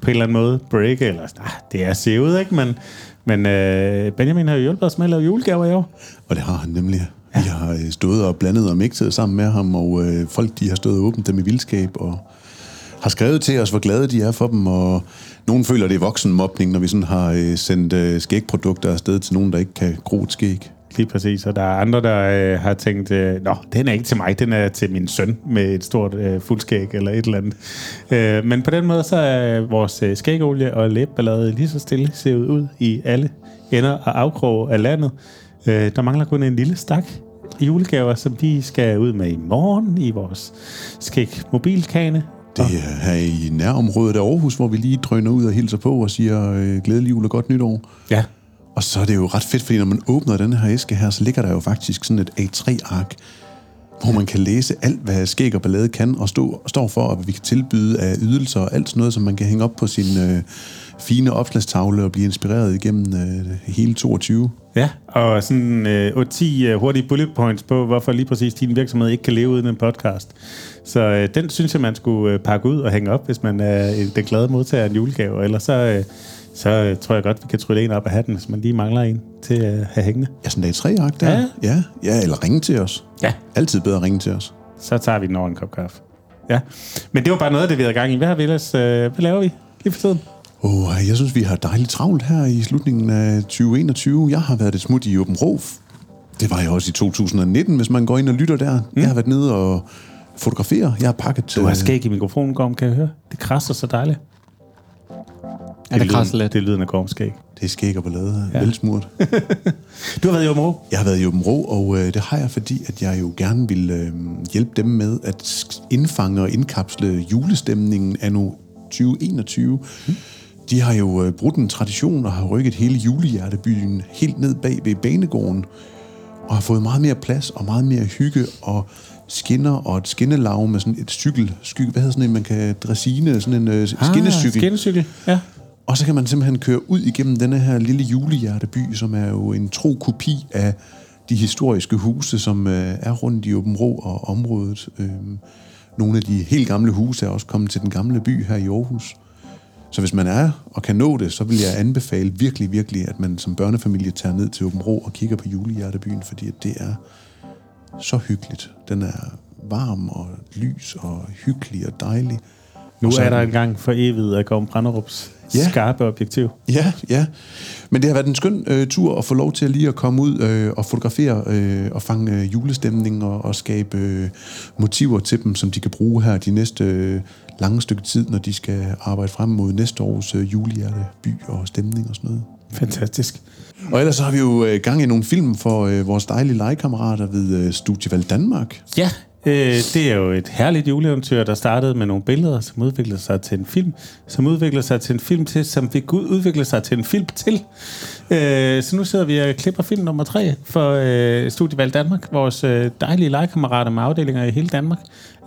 på en eller anden måde breake, eller ah, det er sevet, ikke? Men, men øh, Benjamin har jo hjulpet os med at lave julegaver i år. Og det har han nemlig. Ja. Vi har stået og blandet og mixet sammen med ham, og øh, folk de har stået og åbnet dem i vildskab, og har skrevet til os, hvor glade de er for dem, og nogen føler, det er voksenmobning, når vi sådan har øh, sendt øh, skægprodukter afsted til nogen, der ikke kan gro et skæg. Lige præcis, og der er andre, der øh, har tænkt, øh, nå, den er ikke til mig, den er til min søn med et stort øh, fuldskæg eller et eller andet. Øh, men på den måde, så er vores øh, skægolie og læbballade lige så stille sevet ud i alle ender og afkroge af landet. Øh, der mangler kun en lille stak julegaver, som de skal ud med i morgen i vores skæg mobilkane. Det er her i nærområdet af Aarhus, hvor vi lige drøner ud og hilser på og siger øh, glædelig jul og godt nytår. Ja. Og så er det jo ret fedt, fordi når man åbner den her æske her, så ligger der jo faktisk sådan et A tre ark, hvor man kan læse alt, hvad skæg og ballade kan, og stå, står for, at vi kan tilbyde af ydelser og alt sådan noget, som man kan hænge op på sin øh, fine opslagstavle og blive inspireret igennem øh, hele toogtyve. Ja, og sådan øh, otte ti øh, hurtige bullet points på, hvorfor lige præcis din virksomhed ikke kan leve uden en podcast. Så øh, den synes jeg, man skulle øh, pakke ud og hænge op, hvis man er øh, den glade modtager af en julegave. Ellers så, øh, så øh, tror jeg godt, vi kan trylle en op af hatten, hvis man lige mangler en til at øh, have hængende. Ja, sådan en A tre ark der. Ja. ja. Ja, eller ringe til os. Ja. Altid bedre at ringe til os. Så tager vi den over en kop kaffe. Ja, men det var bare noget af det, vi havde gang i. Hvad har vi ellers? Øh, hvad laver vi lige for tiden? Oh, jeg synes, vi har dejligt travlt her i slutningen af tyve enogtyve. Jeg har været et smut i Åben Rå. Det var jeg også i to tusind nitten, hvis man går ind og lytter der. Mm. Jeg har været nede og fotografere. Jeg har pakket... Du har skæg i mikrofonen, Gorm, kan jeg høre? Det krasser så dejligt. Er det krasser lidt? Det er lyden af Gorms skæg. Det er skæg og ballade. Ja. Velsmurt. Du har været i Åben Rå? Jeg har været i Åben Rå, og øh, det har jeg, fordi at jeg jo gerne vil øh, hjælpe dem med at indfange og indkapsle julestemningen anno tyve enogtyve. Mm. De har jo øh, brudt en tradition og har rykket hele julehjertebyen helt ned bag ved banegården, og har fået meget mere plads og meget mere hygge og skinner og et skinnelag med sådan et cykel, sky, hvad hedder sådan en, man kan dressine, sådan en øh, skinnecykel. Ah, skinnecykel, ja. Og så kan man simpelthen køre ud igennem denne her lille julehjerteby, som er jo en tro kopi af de historiske huse, som øh, er rundt i Åben Rå og området. Øh, nogle af de helt gamle huse er også kommet til den gamle by her i Aarhus. Så hvis man er og kan nå det, så vil jeg anbefale virkelig, virkelig, at man som børnefamilie tager ned til Åben Rå og kigger på julehjertebyen, fordi det er så hyggeligt. Den er varm og lys og hyggelig og dejlig. Nu og så, er der engang for evigt at Gorm Branderups ja. skarpe objektiv. Ja, ja. Men det har været en skøn øh, tur at få lov til lige at komme ud øh, og fotografere øh, og fange øh, julestemning og, og skabe øh, motiver til dem, som de kan bruge her de næste øh, lange stykke tid, når de skal arbejde frem mod næste års øh, julehjerteby og stemning og sådan noget. Fantastisk. Og ellers så har vi jo øh, gang i nogle film for øh, vores dejlige legekammerater ved øh, Studievalg Danmark. Ja, øh, det er jo et herligt juleeventyr, der startede med nogle billeder, som udviklede sig til en film, som udviklede sig til en film til, som fik Gud udvikle sig til en film til. Øh, så nu sidder vi og klipper film nummer tre for øh, Studievalg Danmark, vores øh, dejlige legekammerater med afdelinger i hele Danmark.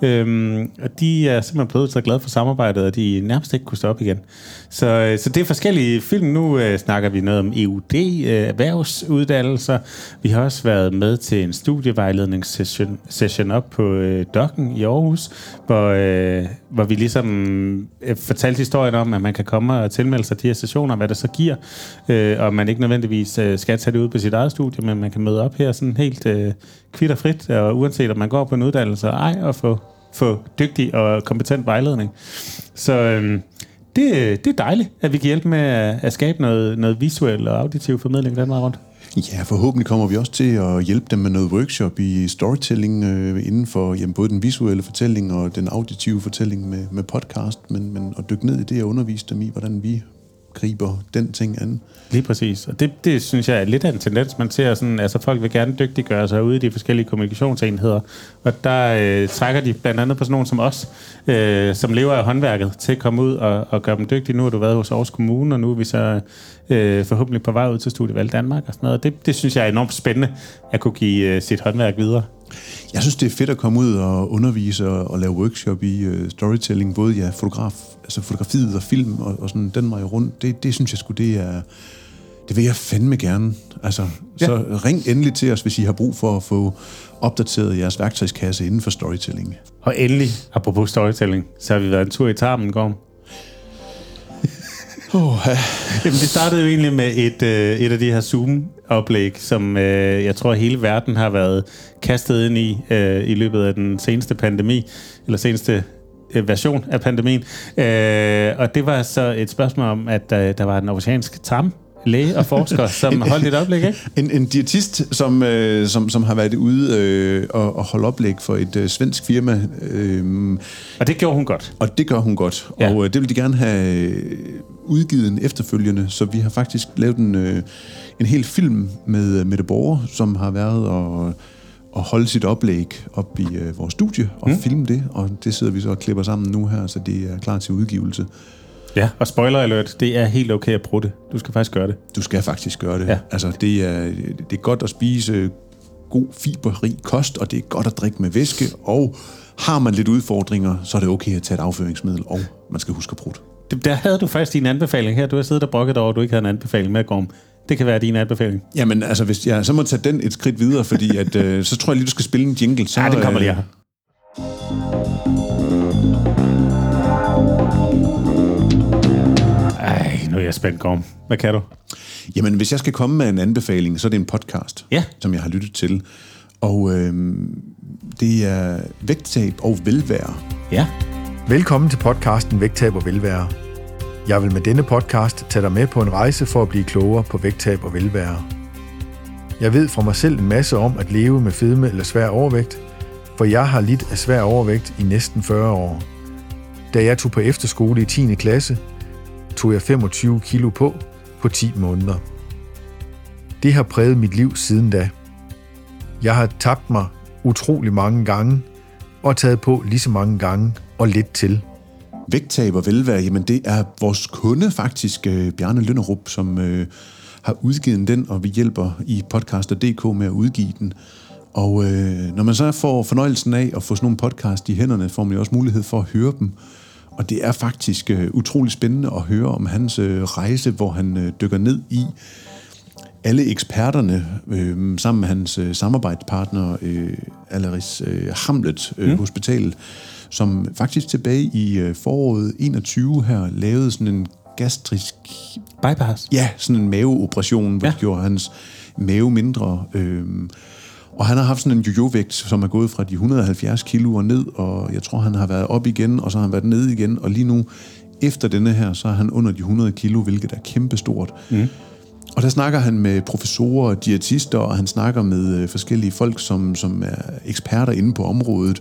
Øhm, og de er simpelthen blevet så glade for samarbejdet, at de nærmest ikke kunne stoppe igen. Så, så det er forskellige film. Nu øh, snakker vi noget om E U D, øh, erhvervsuddannelser. Vi har også været med til en studievejledningssession session op på øh, Dokken i Aarhus, hvor, øh, hvor vi ligesom øh, fortalte historien om, at man kan komme og tilmelde sig de her sessioner, hvad det så giver, øh, og man ikke nødvendigvis øh, skal tage det ud på sit eget studie, men man kan møde op her sådan helt øh, kvitterfrit, og uanset om man går på en uddannelse og ej, og få få dygtig og kompetent vejledning. Så øhm, det, det er dejligt, at vi kan hjælpe med at, at skabe noget, noget visuel og auditiv formidling den vej rundt. Ja, forhåbentlig kommer vi også til at hjælpe dem med noget workshop i storytelling øh, inden for jamen, både den visuelle fortælling og den auditive fortælling med, med podcast, men, men at dykke ned i det og undervise dem i, hvordan vi griber den ting an. Lige præcis. Og det, det synes jeg er lidt af en tendens, man ser sådan, altså folk vil gerne dygtiggøre sig ude i de forskellige kommunikationsenheder, og der øh, trækker de blandt andet på sådan nogen som os, øh, som lever af håndværket, til at komme ud og, og gøre dem dygtige. Nu har du været hos Aarhus Kommune, og nu er vi så øh, forhåbentlig på vej ud til Studievalg Danmark og sådan noget. Det, det synes jeg er enormt spændende, at kunne give øh, sit håndværk videre. Jeg synes, det er fedt at komme ud og undervise og, og lave workshop i uh, storytelling, både ja, fotograf, altså fotografiet og film og, og sådan den vej rundt. Det, det synes jeg sgu, det er... Det vil jeg fandme gerne. Altså, ja. Så ring endelig til os, hvis I har brug for at få opdateret jeres værktøjskasse inden for storytelling. Og endelig, apropos storytelling, så har vi været en tur i Tarmen, Gorm. Oh, ja. Jamen, det startede jo egentlig med et, øh, et af de her Zoom-oplæg, som øh, jeg tror hele verden har været kastet ind i øh, i løbet af den seneste pandemi, eller seneste øh, version af pandemien. Øh, og det var så et spørgsmål om, at øh, der var en oceansk tarm læge og forsker, som holdt et oplæg, ikke? En, en diætist, som, øh, som, som har været ude øh, og, og holde oplæg for et øh, svensk firma. Øh, og det gjorde hun godt. Og det gør hun godt. Ja. Og øh, det vil de gerne have udgivet en efterfølgende, så vi har faktisk lavet en, øh, en hel film med Mette Borger, som har været og, og holde sit oplæg op i øh, vores studie og mm. filme det, og det sidder vi så og klipper sammen nu her, så det er klar til udgivelse. Ja, og spoiler alert, det er helt okay at bruge det. Du skal faktisk gøre det. Du skal faktisk gøre det. Ja. Altså, det er, det er godt at spise god fiberrig kost, og det er godt at drikke med væske, og har man lidt udfordringer, så er det okay at tage et afføringsmiddel, og man skal huske at bruge det. Der havde du faktisk din anbefaling her. Du har siddet og brokket over, at du ikke havde en anbefaling med, Gorm. Det kan være din anbefaling. Jamen, altså, hvis jeg så må tage den et skridt videre, fordi at, øh, så tror jeg lige, du skal spille en jingle. Så, ja, den kommer lige her. Ej, nu er jeg spændt, Gorm. Hvad kan du? Jamen, hvis jeg skal komme med en anbefaling, så er det en podcast, ja. som jeg har lyttet til. Og øh, det er vægttab og velvære. Ja. Velkommen til podcasten Vægttab og velvære. Jeg vil med denne podcast tage dig med på en rejse for at blive klogere på vægttab og velvære. Jeg ved fra mig selv en masse om at leve med fedme eller svær overvægt, for jeg har lidt af svær overvægt i næsten fyrre år. Da jeg tog på efterskole i tiende klasse, tog jeg femogtyve kilo på på ti måneder. Det har præget mit liv siden da. Jeg har tabt mig utrolig mange gange og taget på lige så mange gange og lidt til. Vægttab og velvære, jamen det er vores kunde faktisk, Bjarne Lynderup, som øh, har udgivet den, og vi hjælper i podcaster punktum d k med at udgive den. Og øh, når man så får fornøjelsen af at få sådan nogle podcast i hænderne, får man jo også mulighed for at høre dem. Og det er faktisk øh, utrolig spændende at høre om hans øh, rejse, hvor han øh, dykker ned i alle eksperterne, øh, sammen med hans øh, samarbejdspartner, øh, Aleris øh, Hamlet øh, mm. Hospital, som faktisk tilbage i øh, foråret enogtyve her lavede sådan en gastrisk... bypass? Ja, sådan en maveoperation, hvor ja. gjorde hans mave mindre. Øh, og han har haft sådan en jojo-vægt, som er gået fra de et hundrede og halvfjerds kilo og ned, og jeg tror, han har været op igen, og så har han været ned igen, og lige nu, efter denne her, så er han under de hundrede kilo, hvilket er kæmpestort. Mm. Og der snakker han med professorer og diætister, og han snakker med øh, forskellige folk, som, som er eksperter inde på området.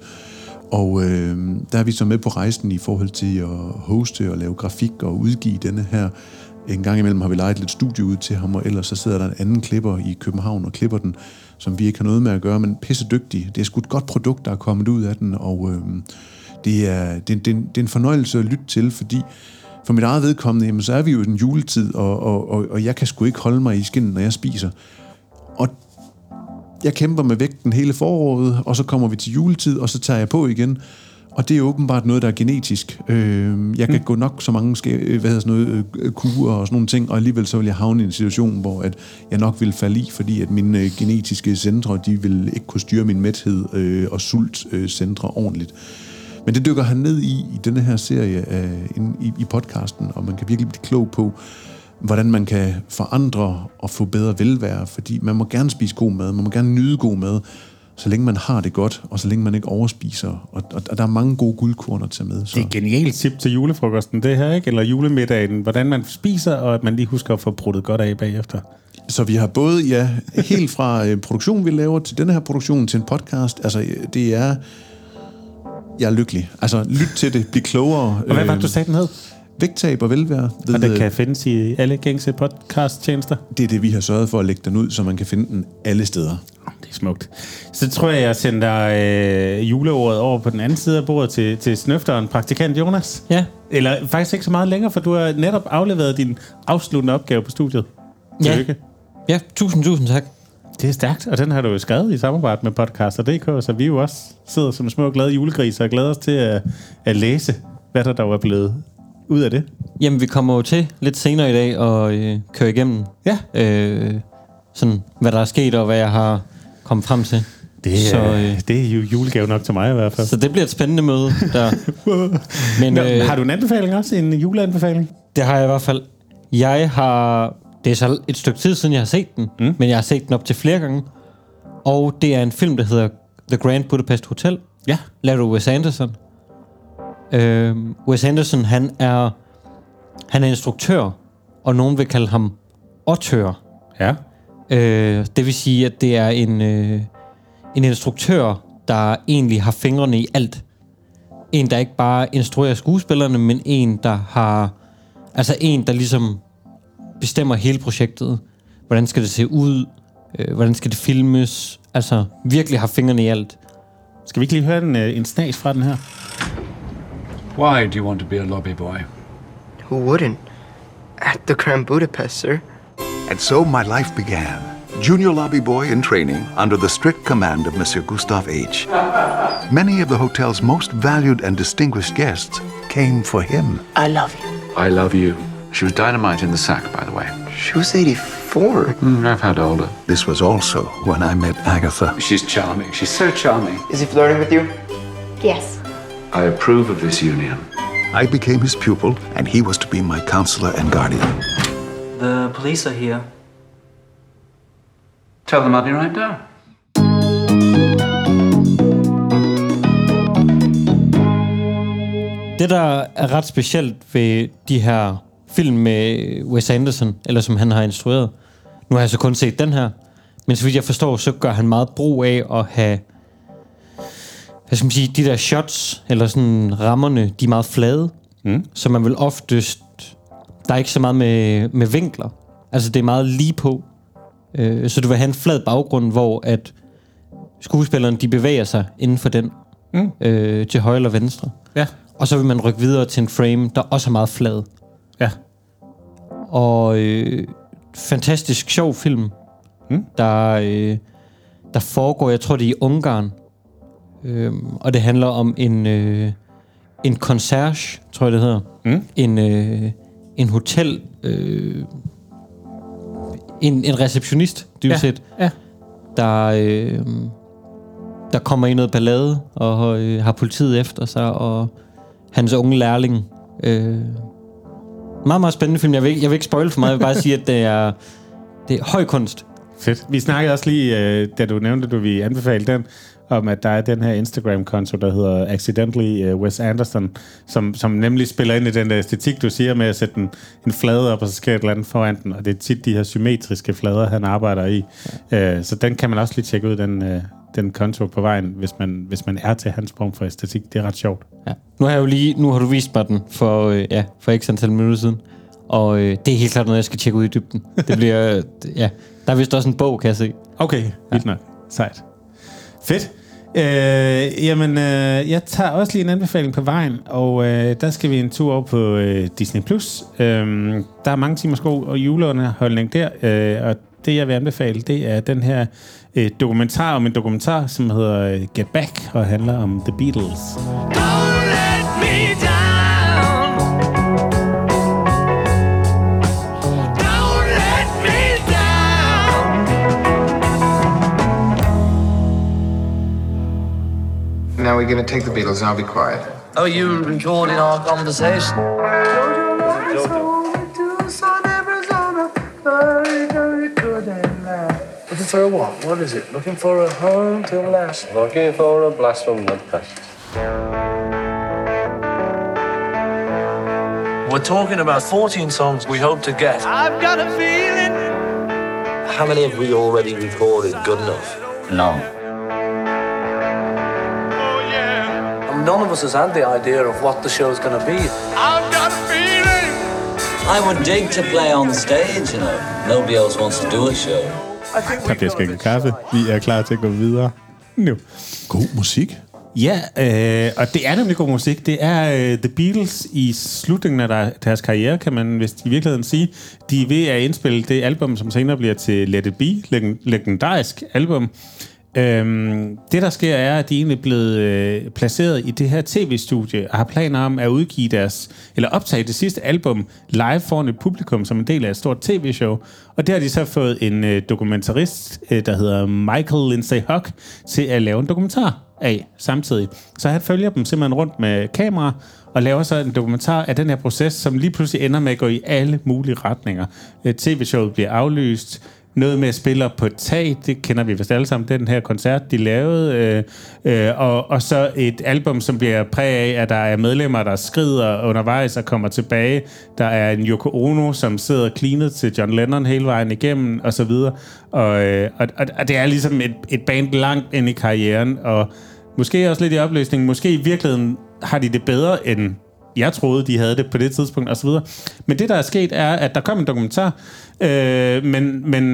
Og øh, der er vi så med på rejsen i forhold til at hoste og lave grafik og udgive denne her. En gang imellem har vi lejet lidt studie ud til ham, og ellers så sidder der en anden klipper i København og klipper den, som vi ikke har noget med at gøre, men pisse dygtig. Det er sgu et godt produkt, der er kommet ud af den, og øh, det, er, det, det, det er en fornøjelse at lytte til, fordi for mit eget vedkommende, jamen, så er vi jo i den juletid, og, og, og, og jeg kan sgu ikke holde mig i skindet, når jeg spiser. Og jeg kæmper med vægten hele foråret, og så kommer vi til juletid, og så tager jeg på igen. Og det er åbenbart noget, der er genetisk. Øh, jeg kan mm. gå nok så mange skæ- hvad hedder sådan noget, øh, kurer og sådan nogle ting, og alligevel så vil jeg havne i en situation, hvor at jeg nok vil falde i, fordi at mine øh, genetiske centre, de vil ikke kunne styre min mæthed øh, og sultcentre øh, ordentligt. Men det dykker han ned i, i denne her serie øh, i, i podcasten, og man kan virkelig blive klog på, hvordan man kan forandre og få bedre velvære, fordi man må gerne spise god mad, man må gerne nyde god mad, så længe man har det godt, og så længe man ikke overspiser. Og, og, og der er mange gode guldkorn at tage med. Så. Det er et genialt tip til julefrokosten, det her, ikke? Eller julemiddagen, hvordan man spiser, og at man lige husker at få bruttet godt af bagefter. Så vi har både, ja, helt fra øh, produktionen, vi laver, til denne her produktion, til en podcast. Altså, det er... Jeg er lykkelig. Altså, lyt til det, bliv klogere. Og hvad var det, du sagde, den hed? Vægttab og velvære. Ved, og den kan findes i alle gængse podcast-tjenester? Det er det, vi har sørget for at lægge den ud, så man kan finde den alle steder. Det er smukt. Så tror jeg, jeg sender øh, juleåret over på den anden side af bordet til, til snøfteren, praktikant Jonas. Ja. Eller faktisk ikke så meget længere, for du har netop afleveret din afsluttende opgave på studiet. Ja. Tillykke. Ja, tusind, tusind tak. Det er stærkt, og den har du jo skrevet i samarbejde med podcaster punktum d k, så vi jo også sidder som små glade julegriser og glæder os til at, at læse, hvad der dog er blevet ud af det. Jamen, vi kommer jo til lidt senere i dag og øh, køre igennem, ja. øh, sådan, hvad der er sket og hvad jeg har kommet frem til. Det er, så, øh, det er jo julegave nok til mig i hvert fald. Så det bliver et spændende møde der. Men, Nå, øh, har du en anbefaling også? En juleanbefaling? Det har jeg i hvert fald. Jeg har... Det er så et stykke tid siden, jeg har set den, mm. men jeg har set den op til flere gange. Og det er en film, der hedder The Grand Budapest Hotel. Ja. Lavet af Wes Anderson. Øh, Wes Anderson, han er... Han er instruktør, og nogen vil kalde ham auteur. Ja. Øh, det vil sige, at det er en, øh, en instruktør, der egentlig har fingrene i alt. En, der ikke bare instruerer skuespillerne, men en, der har... Altså en, der ligesom bestemmer hele projektet. Hvordan skal det se ud? Øh, hvordan skal det filmes? Altså virkelig har fingrene i alt. Skal vi ikke lige høre en, en snas fra den her? Why do you want to be a lobby boy? Who wouldn't? At the Grand Budapest, sir. And so my life began. Junior lobby boy in training under the strict command of Monsieur Gustave H. Many of the hotel's most valued and distinguished guests came for him. I love you. I love you. She was dynamite in the sack, by the way. She was eighty-four. Mm, I've had older. This was also when I met Agatha. She's charming. She's so charming. Is he flirting with you? Yes. I approve of this union. I became his pupil, and he was to be my counselor and guardian. The police are here. Tell them I'll be right down. Det, der er ret specielt ved de her film med Wes Anderson, eller som han har instrueret, nu har jeg så kun set den her, men så vidt jeg forstår, så gør han meget brug af at have, hvad skal man sige, de der shots, eller sådan rammerne, de er meget flade, mm. så man vil oftest, der er ikke så meget med, med vinkler, altså det er meget lige på, øh, så du vil have en flad baggrund, hvor at skuespillerne, de bevæger sig inden for den, mm. øh, til højre eller venstre. Ja. Og så vil man rykke videre til en frame, der også er meget flad. Ja. Og øh, fantastisk sjov film, mm. der, øh, der foregår, jeg tror det er i Ungarn. Øh, og det handler om en, øh, en concierge, tror jeg det hedder. Mm. En, øh, en hotel... Øh, en, en receptionist, dybest set. Ja. Ja. Der... Øh, der kommer i noget ballade, og øh, har politiet efter sig, og hans unge lærling. Øh, meget, meget spændende film. Jeg vil, jeg vil ikke spoil for meget, jeg vil bare sige, at det er, det er høj kunst. Fedt. Vi snakkede også lige, øh, da du nævnte, du vi anbefale den, om at der er den her Instagram-konto, der hedder Accidentally uh, Wes Anderson, som, som nemlig spiller ind i den der æstetik, du siger med at sætte en, en flade op, og så sker et eller andet foran den, og det er tit de her symmetriske flader, han arbejder i. Ja. Uh, så den kan man også lige tjekke ud, den, uh, den konto på vejen, hvis man, hvis man er til hans form for æstetik. Det er ret sjovt. Ja. Nu har jeg jo lige, nu har du vist mig den for, øh, ja, for ikke antal minutter siden, og øh, det er helt klart noget, jeg skal tjekke ud i dybden. Det bliver, øh, ja, der er vist også en bog, kan jeg se. Okay, vildt nok. Sejt. Fedt. Øh, jamen, øh, jeg tager også lige en anbefaling på vejen, og øh, der skal vi en tur over på øh, Disney plus. Øh, der er mange timers god og juleunderholdning der, øh, og det jeg vil anbefale, det er den her øh, dokumentar om en dokumentar, som hedder øh, Get Back, og handler om The Beatles. Don't let me down. Don't let me down. Now we're going to take the Beatles and I'll be quiet. Oh, you recording our conversation? Looking for a what? What is it? Looking for a home to last. Looking for a blast from the past. We're talking about fourteen songs we hope to get. I've got a feeling. How many have we already recorded good enough? None. Oh yeah. None of us has had the idea of what the show's going to be. I've got a feeling. I would dig to play on stage, you know. Nobody else wants to do a show. Der bliver skænket kaffe. Vi er klar til at gå videre nu. God musik. Ja, øh, og det er nemlig god musik. Det er øh, The Beatles i slutningen af der, deres karriere, kan man vist i virkeligheden sige. De er ved at indspille det album, som senere bliver til Let It Be, leg- legendarisk album. Øhm, det der sker er, at de egentlig er blevet øh, placeret i det her tv-studie og har planer om at udgive deres, eller optage det sidste album live foran et publikum som en del af et stort tv-show. Og der har de så fået en øh, dokumentarist, øh, der hedder Michael Lindsay Hogg, til at lave en dokumentar af samtidig. Så han følger dem simpelthen rundt med kamera og laver så en dokumentar af den her proces, som lige pludselig ender med at gå i alle mulige retninger. T V-showet bliver aflyst, noget med at spille op på et tag, det kender vi vist alle sammen, den her koncert, de lavede, øh, øh, og, og så et album, som bliver præget af, at der er medlemmer, der skrider undervejs og kommer tilbage. Der er en Yoko Ono, som sidder cleanet til John Lennon hele vejen igennem, og så videre. Og, øh, og, og det er ligesom et, et band langt ind i karrieren, og måske også lidt i opløsning, måske i virkeligheden har de det bedre, end jeg troede, de havde det på det tidspunkt, og så videre. Men det, der er sket, er, at der kom en dokumentar, øh, men, men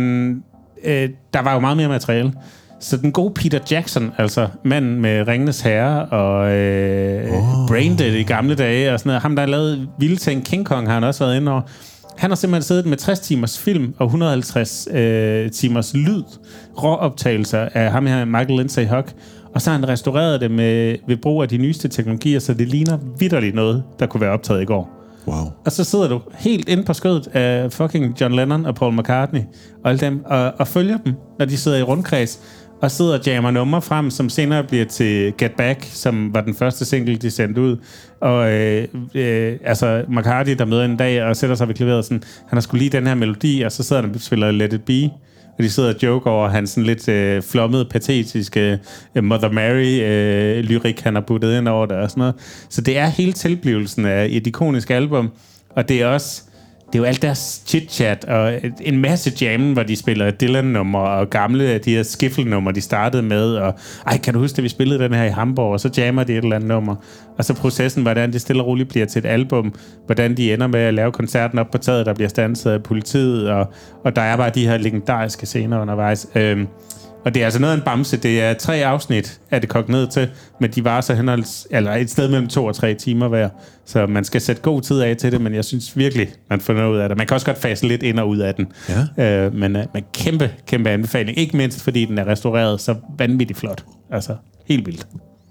øh, der var jo meget mere materiale. Så den gode Peter Jackson, altså manden med Ringenes Herre og øh, oh. Braindead i gamle dage, og sådan noget, ham, der har lavet vilde ting, King Kong, har han også været inde over. Han har simpelthen siddet med tres timers film og et hundrede og halvtreds øh, timers lyd, råoptagelser af ham her, Michael Lindsay Hogg. Og så har han restaureret det med, ved brug af de nyeste teknologier, så det ligner vitterligt noget, der kunne være optaget i går. Wow. Og så sidder du helt inde på skødet af fucking John Lennon og Paul McCartney og alle dem, og, og følger dem, når de sidder i rundkreds, og sidder og jammer numre frem, som senere bliver til Get Back, som var den første single, de sendte ud. Og øh, øh, altså McCartney, der møder en dag og sætter sig ved klaveret, sådan, han har skulle lide den her melodi, og så sidder han og spiller Let It Be. Og de sidder og joker over hans sådan lidt øh, flommede, patetiske øh, Mother Mary-lyrik, øh, han har puttet ind over det og sådan noget. Så det er hele tilblivelsen af et ikonisk album, og det er også, det er jo alt deres chit-chat, og en masse jammen, hvor de spiller Dylan-nummer, og gamle de her skiffle-nummer, de startede med, og ej, kan du huske, at vi spillede den her i Hamburg, og så jammer de et eller andet nummer. Og så processen, hvordan det stille og roligt bliver til et album, hvordan de ender med at lave koncerten op på taget, der bliver standset af politiet, og, og der er bare de her legendariske scener undervejs. Øhm, og det er altså noget af en bamse. Det er tre afsnit, er det kogt ned til, men de var så henholds, eller et sted mellem to og tre timer hver. Så man skal sætte god tid af til det, men jeg synes virkelig, man får noget ud af det. Man kan også godt fase lidt ind og ud af den. Ja. Øh, men, men kæmpe, kæmpe anbefaling. Ikke mindst, fordi den er restaureret så vanvittigt flot. Altså, helt vildt.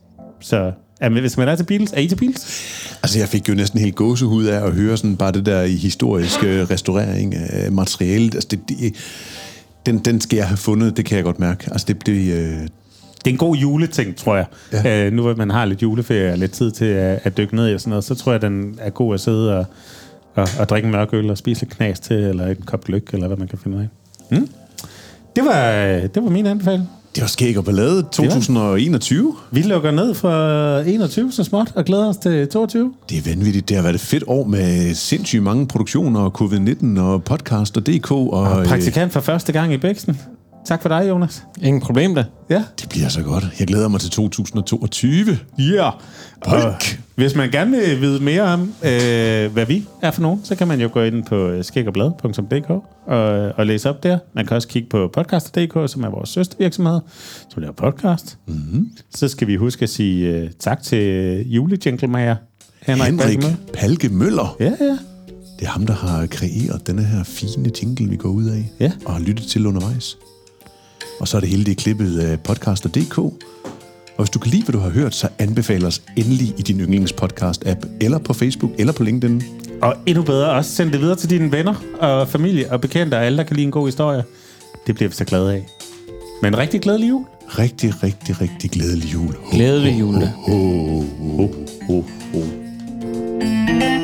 Så hvis man er til Beatles, er I til Beatles? Altså, jeg fik jo næsten helt gåsehud af at høre sådan bare det der historiske restaurering af materialet. Altså, det, det Den, den skal jeg have fundet, det kan jeg godt mærke. Altså, det, det, øh... det er en god juleting, tror jeg. Ja. Øh, nu hvor man har lidt juleferie og lidt tid til at, at dykke ned i og sådan noget, så tror jeg, den er god at sidde og, og, og drikke en mørk øl og spise lidt knas til, eller en kop gløgg, eller hvad man kan finde ud af. Mm? Det, var, det var min anbefaling. Det var skæg og ballade to tusind og enogtyve. Vi lukker ned for enogtyve så småt og glæder os til toogtyve. Det er vanvittigt. Det har været et fedt år med sindssygt mange produktioner, og covid nitten og podcast og D K. Og, og praktikant for første gang i Bæksten. Tak for dig, Jonas. Ingen problem da. Ja. Det bliver så godt. Jeg glæder mig til to tusind og toogtyve. Ja. Og hvis man gerne vil vide mere om, øh, hvad vi er for nogen, så kan man jo gå ind på skægogblad punktum d k og, og læse op der. Man kan også kigge på podcast punktum d k, som er vores søstervirksomhed, som laver podcast. Mm-hmm. Så skal vi huske at sige uh, tak til julejinglemager Henrik, Henrik Palke Møller. Ja, ja. Det er ham, der har kreeret denne her fine jingle, vi går ud af, ja. Og har lyttet til undervejs. Og så er det hele det klippet af podcaster punktum d k. Og hvis du kan lide, hvad du har hørt, så anbefaler os endelig i din yndlingspodcast-app, eller på Facebook, eller på LinkedIn. Og endnu bedre, også send det videre til dine venner og familie og bekendte, og alle, der kan lide en god historie. Det bliver vi så glade af. Men rigtig glædelig jul. Rigtig, rigtig, rigtig glædelig jul. Glædelig jul. Ho, ho, ho, ho, ho.